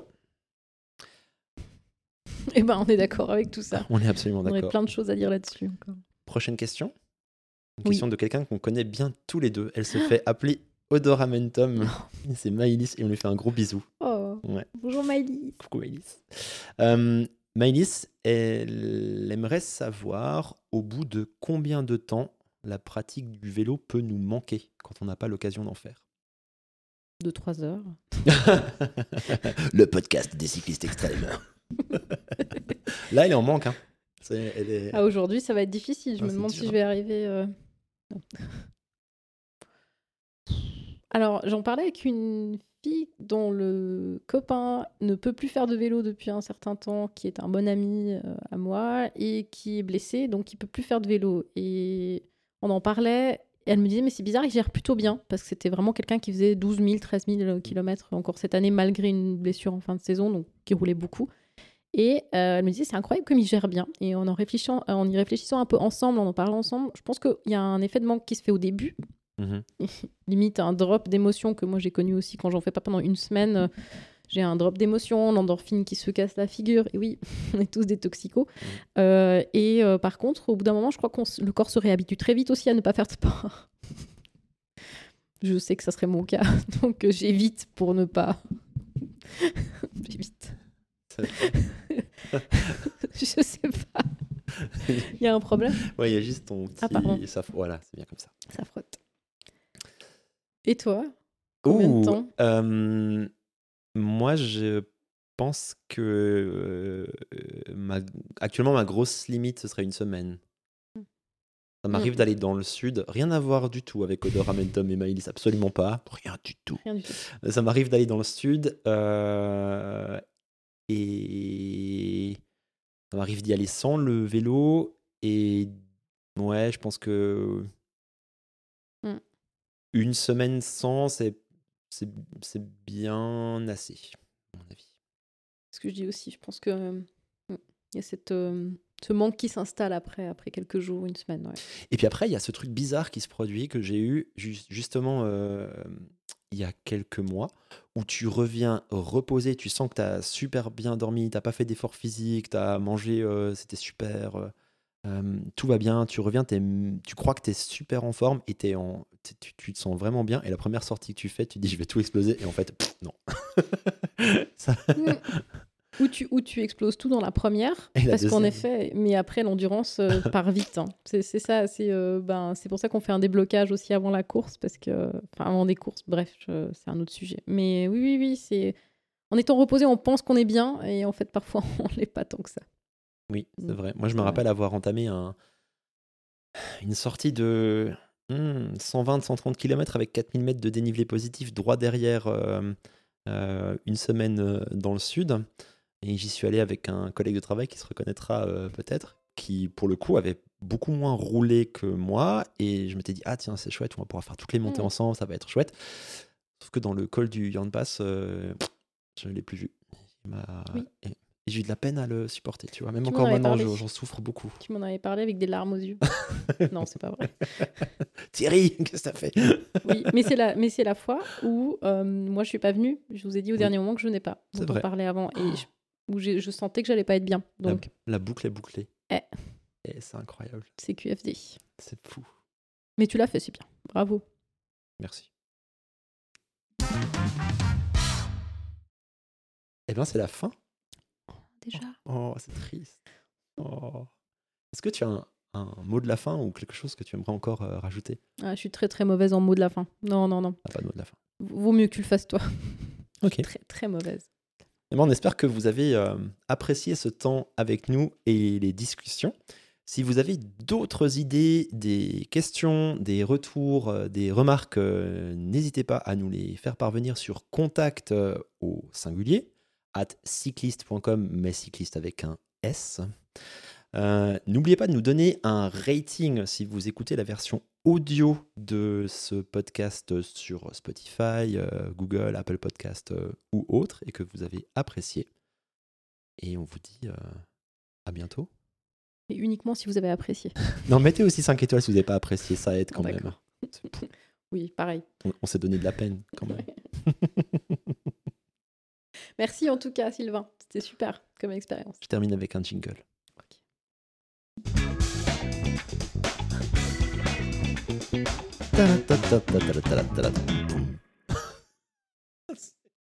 Eh ben, on est d'accord avec tout ça.
on est absolument
On aurait
d'accord.
plein de choses à dire là-dessus encore.
Prochaine question. Une
Oui.
question de quelqu'un qu'on connaît bien tous les deux. Elle se fait appeler Odoramentum. C'est Maïlis et on lui fait un gros bisou.
Oh,
Ouais.
bonjour Maëlys.
Coucou Maïlis. Euh, Maïlis, elle aimerait savoir au bout de combien de temps la pratique du vélo peut nous manquer quand on n'a pas l'occasion d'en faire.
De trois heures.
Le podcast des cyclistes extrêmes. Là, elle est en manque. Hein. C'est- elle est...
Ah, aujourd'hui, ça va être difficile. Je
Ah,
me
c'est
demande
dur,
si
hein.
je vais arriver. euh, non. Alors, j'en parlais avec une fille dont le copain ne peut plus faire de vélo depuis un certain temps, qui est un bon ami euh, à moi et qui est blessé, donc il peut plus faire de vélo. Et on en parlait. Et elle me disait, mais c'est bizarre, il gère plutôt bien, parce que c'était vraiment quelqu'un qui faisait douze mille, treize mille kilomètres encore cette année, malgré une blessure en fin de saison, donc qui roulait beaucoup. Et euh, elle me disait, c'est incroyable comme il gère bien. Et en, en, réfléchissant, en y réfléchissant un peu ensemble, en en parlant ensemble, je pense qu'il y a un effet de manque qui se fait au début.
Mhm.
Limite un drop d'émotion que moi j'ai connu aussi quand j'en fais pas pendant une semaine. euh, J'ai un drop d'émotion, l'endorphine qui se casse la figure. Et oui, on est tous des toxicos. Euh, et euh, par contre, au bout d'un moment, je crois que le corps se réhabitue très vite aussi à ne pas faire de sport. Je sais que ça serait mon cas, donc euh, j'évite pour ne pas. J'évite. Je sais pas. Il y a un problème.
Ouais, il y a juste ton petit.
Ah, pardon.
Ça, voilà, c'est bien comme ça.
Ça frotte. Et toi? Combien de
Ouh,
temps?
euh, moi, je pense que euh, ma- actuellement, ma grosse limite, ce serait une semaine. Ça m'arrive
Mm.
d'aller dans le sud, rien à voir du tout avec Odoramentum et Maïlis, absolument pas, rien du tout.
Rien du tout.
Ça m'arrive d'aller dans le sud euh, et ça m'arrive d'y aller sans le vélo et ouais, je pense que
Mm.
une semaine sans, c'est c'est c'est bien assez, à mon avis.
Ce que je dis aussi, je pense que euh, il y a cette, euh, ce manque qui s'installe après, après quelques jours, une semaine. Ouais.
Et puis après, il y a ce truc bizarre qui se produit que j'ai eu ju- justement euh, il y a quelques mois, où tu reviens reposer, tu sens que tu as super bien dormi, tu pas fait d'effort physique, tu as mangé, euh, c'était super, euh, euh, tout va bien, tu reviens, t'es- tu crois que tu es super en forme et t'es en, t'es- tu, tu te sens vraiment bien. Et la première sortie que tu fais, tu te dis je vais tout exploser, et en fait, pff, non. Ça-
Mm. Ou tu, ou tu exploses tout dans la première,
Et la
parce qu'en
deuxième.
effet, mais après l'endurance euh, part vite. Hein. C'est c'est ça, c'est euh, ben, c'est pour ça qu'on fait un déblocage aussi avant la course, parce que, enfin avant des courses, bref, je- c'est un autre sujet. Mais oui, oui, oui, c'est en étant reposé, on pense qu'on est bien, et en fait parfois on l'est pas tant que ça.
Oui, c'est
Mm.
vrai. Moi, je me
Ouais.
rappelle avoir entamé un, une sortie de hmm, cent vingt cent trente kilomètres avec quatre mille mètres de dénivelé positif droit derrière euh, euh, une semaine euh, dans le sud. Et j'y suis allé avec un collègue de travail qui se reconnaîtra euh, peut-être, qui pour le coup avait beaucoup moins roulé que moi. Et je m'étais dit, ah tiens, c'est chouette, on va pouvoir faire toutes les montées
Mm.
ensemble, ça va être chouette. Sauf que dans le col du Yandpass, euh, je ne l'ai plus vu. Il m'a
Oui.
Et j'ai eu de la peine à le supporter, tu vois. Même
Tu m'en
encore
avais
maintenant,
parlé.
je- j'en souffre beaucoup.
Tu m'en avais parlé avec des larmes aux yeux. Non, c'est pas vrai.
Thierry, qu'est-ce que t'as fait?
Oui, mais c'est la, mais c'est la fois où euh, moi je suis pas venue. Je vous ai dit au
Oui.
dernier moment que je venais pas.
C'est
Donc on
vrai.
parlait avant et je, où j'ai- je sentais que j'allais pas être bien.
La,
Donc
la boucle est bouclée.
Eh.
Et c'est incroyable.
c'est Q F D.
C'est fou.
Mais tu l'as fait, c'est bien. Bravo.
Merci. Eh bien, c'est la fin.
Déjà.
Oh, c'est triste. Oh. Est-ce que tu as un, un mot de la fin ou quelque chose que tu aimerais encore euh, rajouter?
Ah, je suis très très mauvaise en mots de la fin. Non, non, non.
Ah, pas de mot de la fin.
Vaut mieux que tu le fasses toi.
Ok.
Très très mauvaise.
Eh bien, on espère que vous avez euh, apprécié ce temps avec nous et les discussions. Si vous avez d'autres idées, des questions, des retours, euh, des remarques, euh, n'hésitez pas à nous les faire parvenir sur contact euh, au singulier at cycliste point com, mais cycliste avec un S. Euh, N'oubliez pas de nous donner un rating si vous écoutez la version audio de ce podcast sur Spotify, euh, Google, Apple Podcast euh, ou autre et que vous avez apprécié. Et on vous dit euh, à bientôt.
Et uniquement si vous avez apprécié.
Non, mettez aussi cinq étoiles si vous n'avez pas apprécié, ça aide quand
Ah,
même.
d'accord. Oui, pareil.
On, on s'est donné de la peine quand même.
Merci en tout cas, Sylvain. C'était super comme expérience.
Je termine avec un jingle.
Ok.
Ta-da-ta-ta-ta-ta-ta-ta-ta-ta.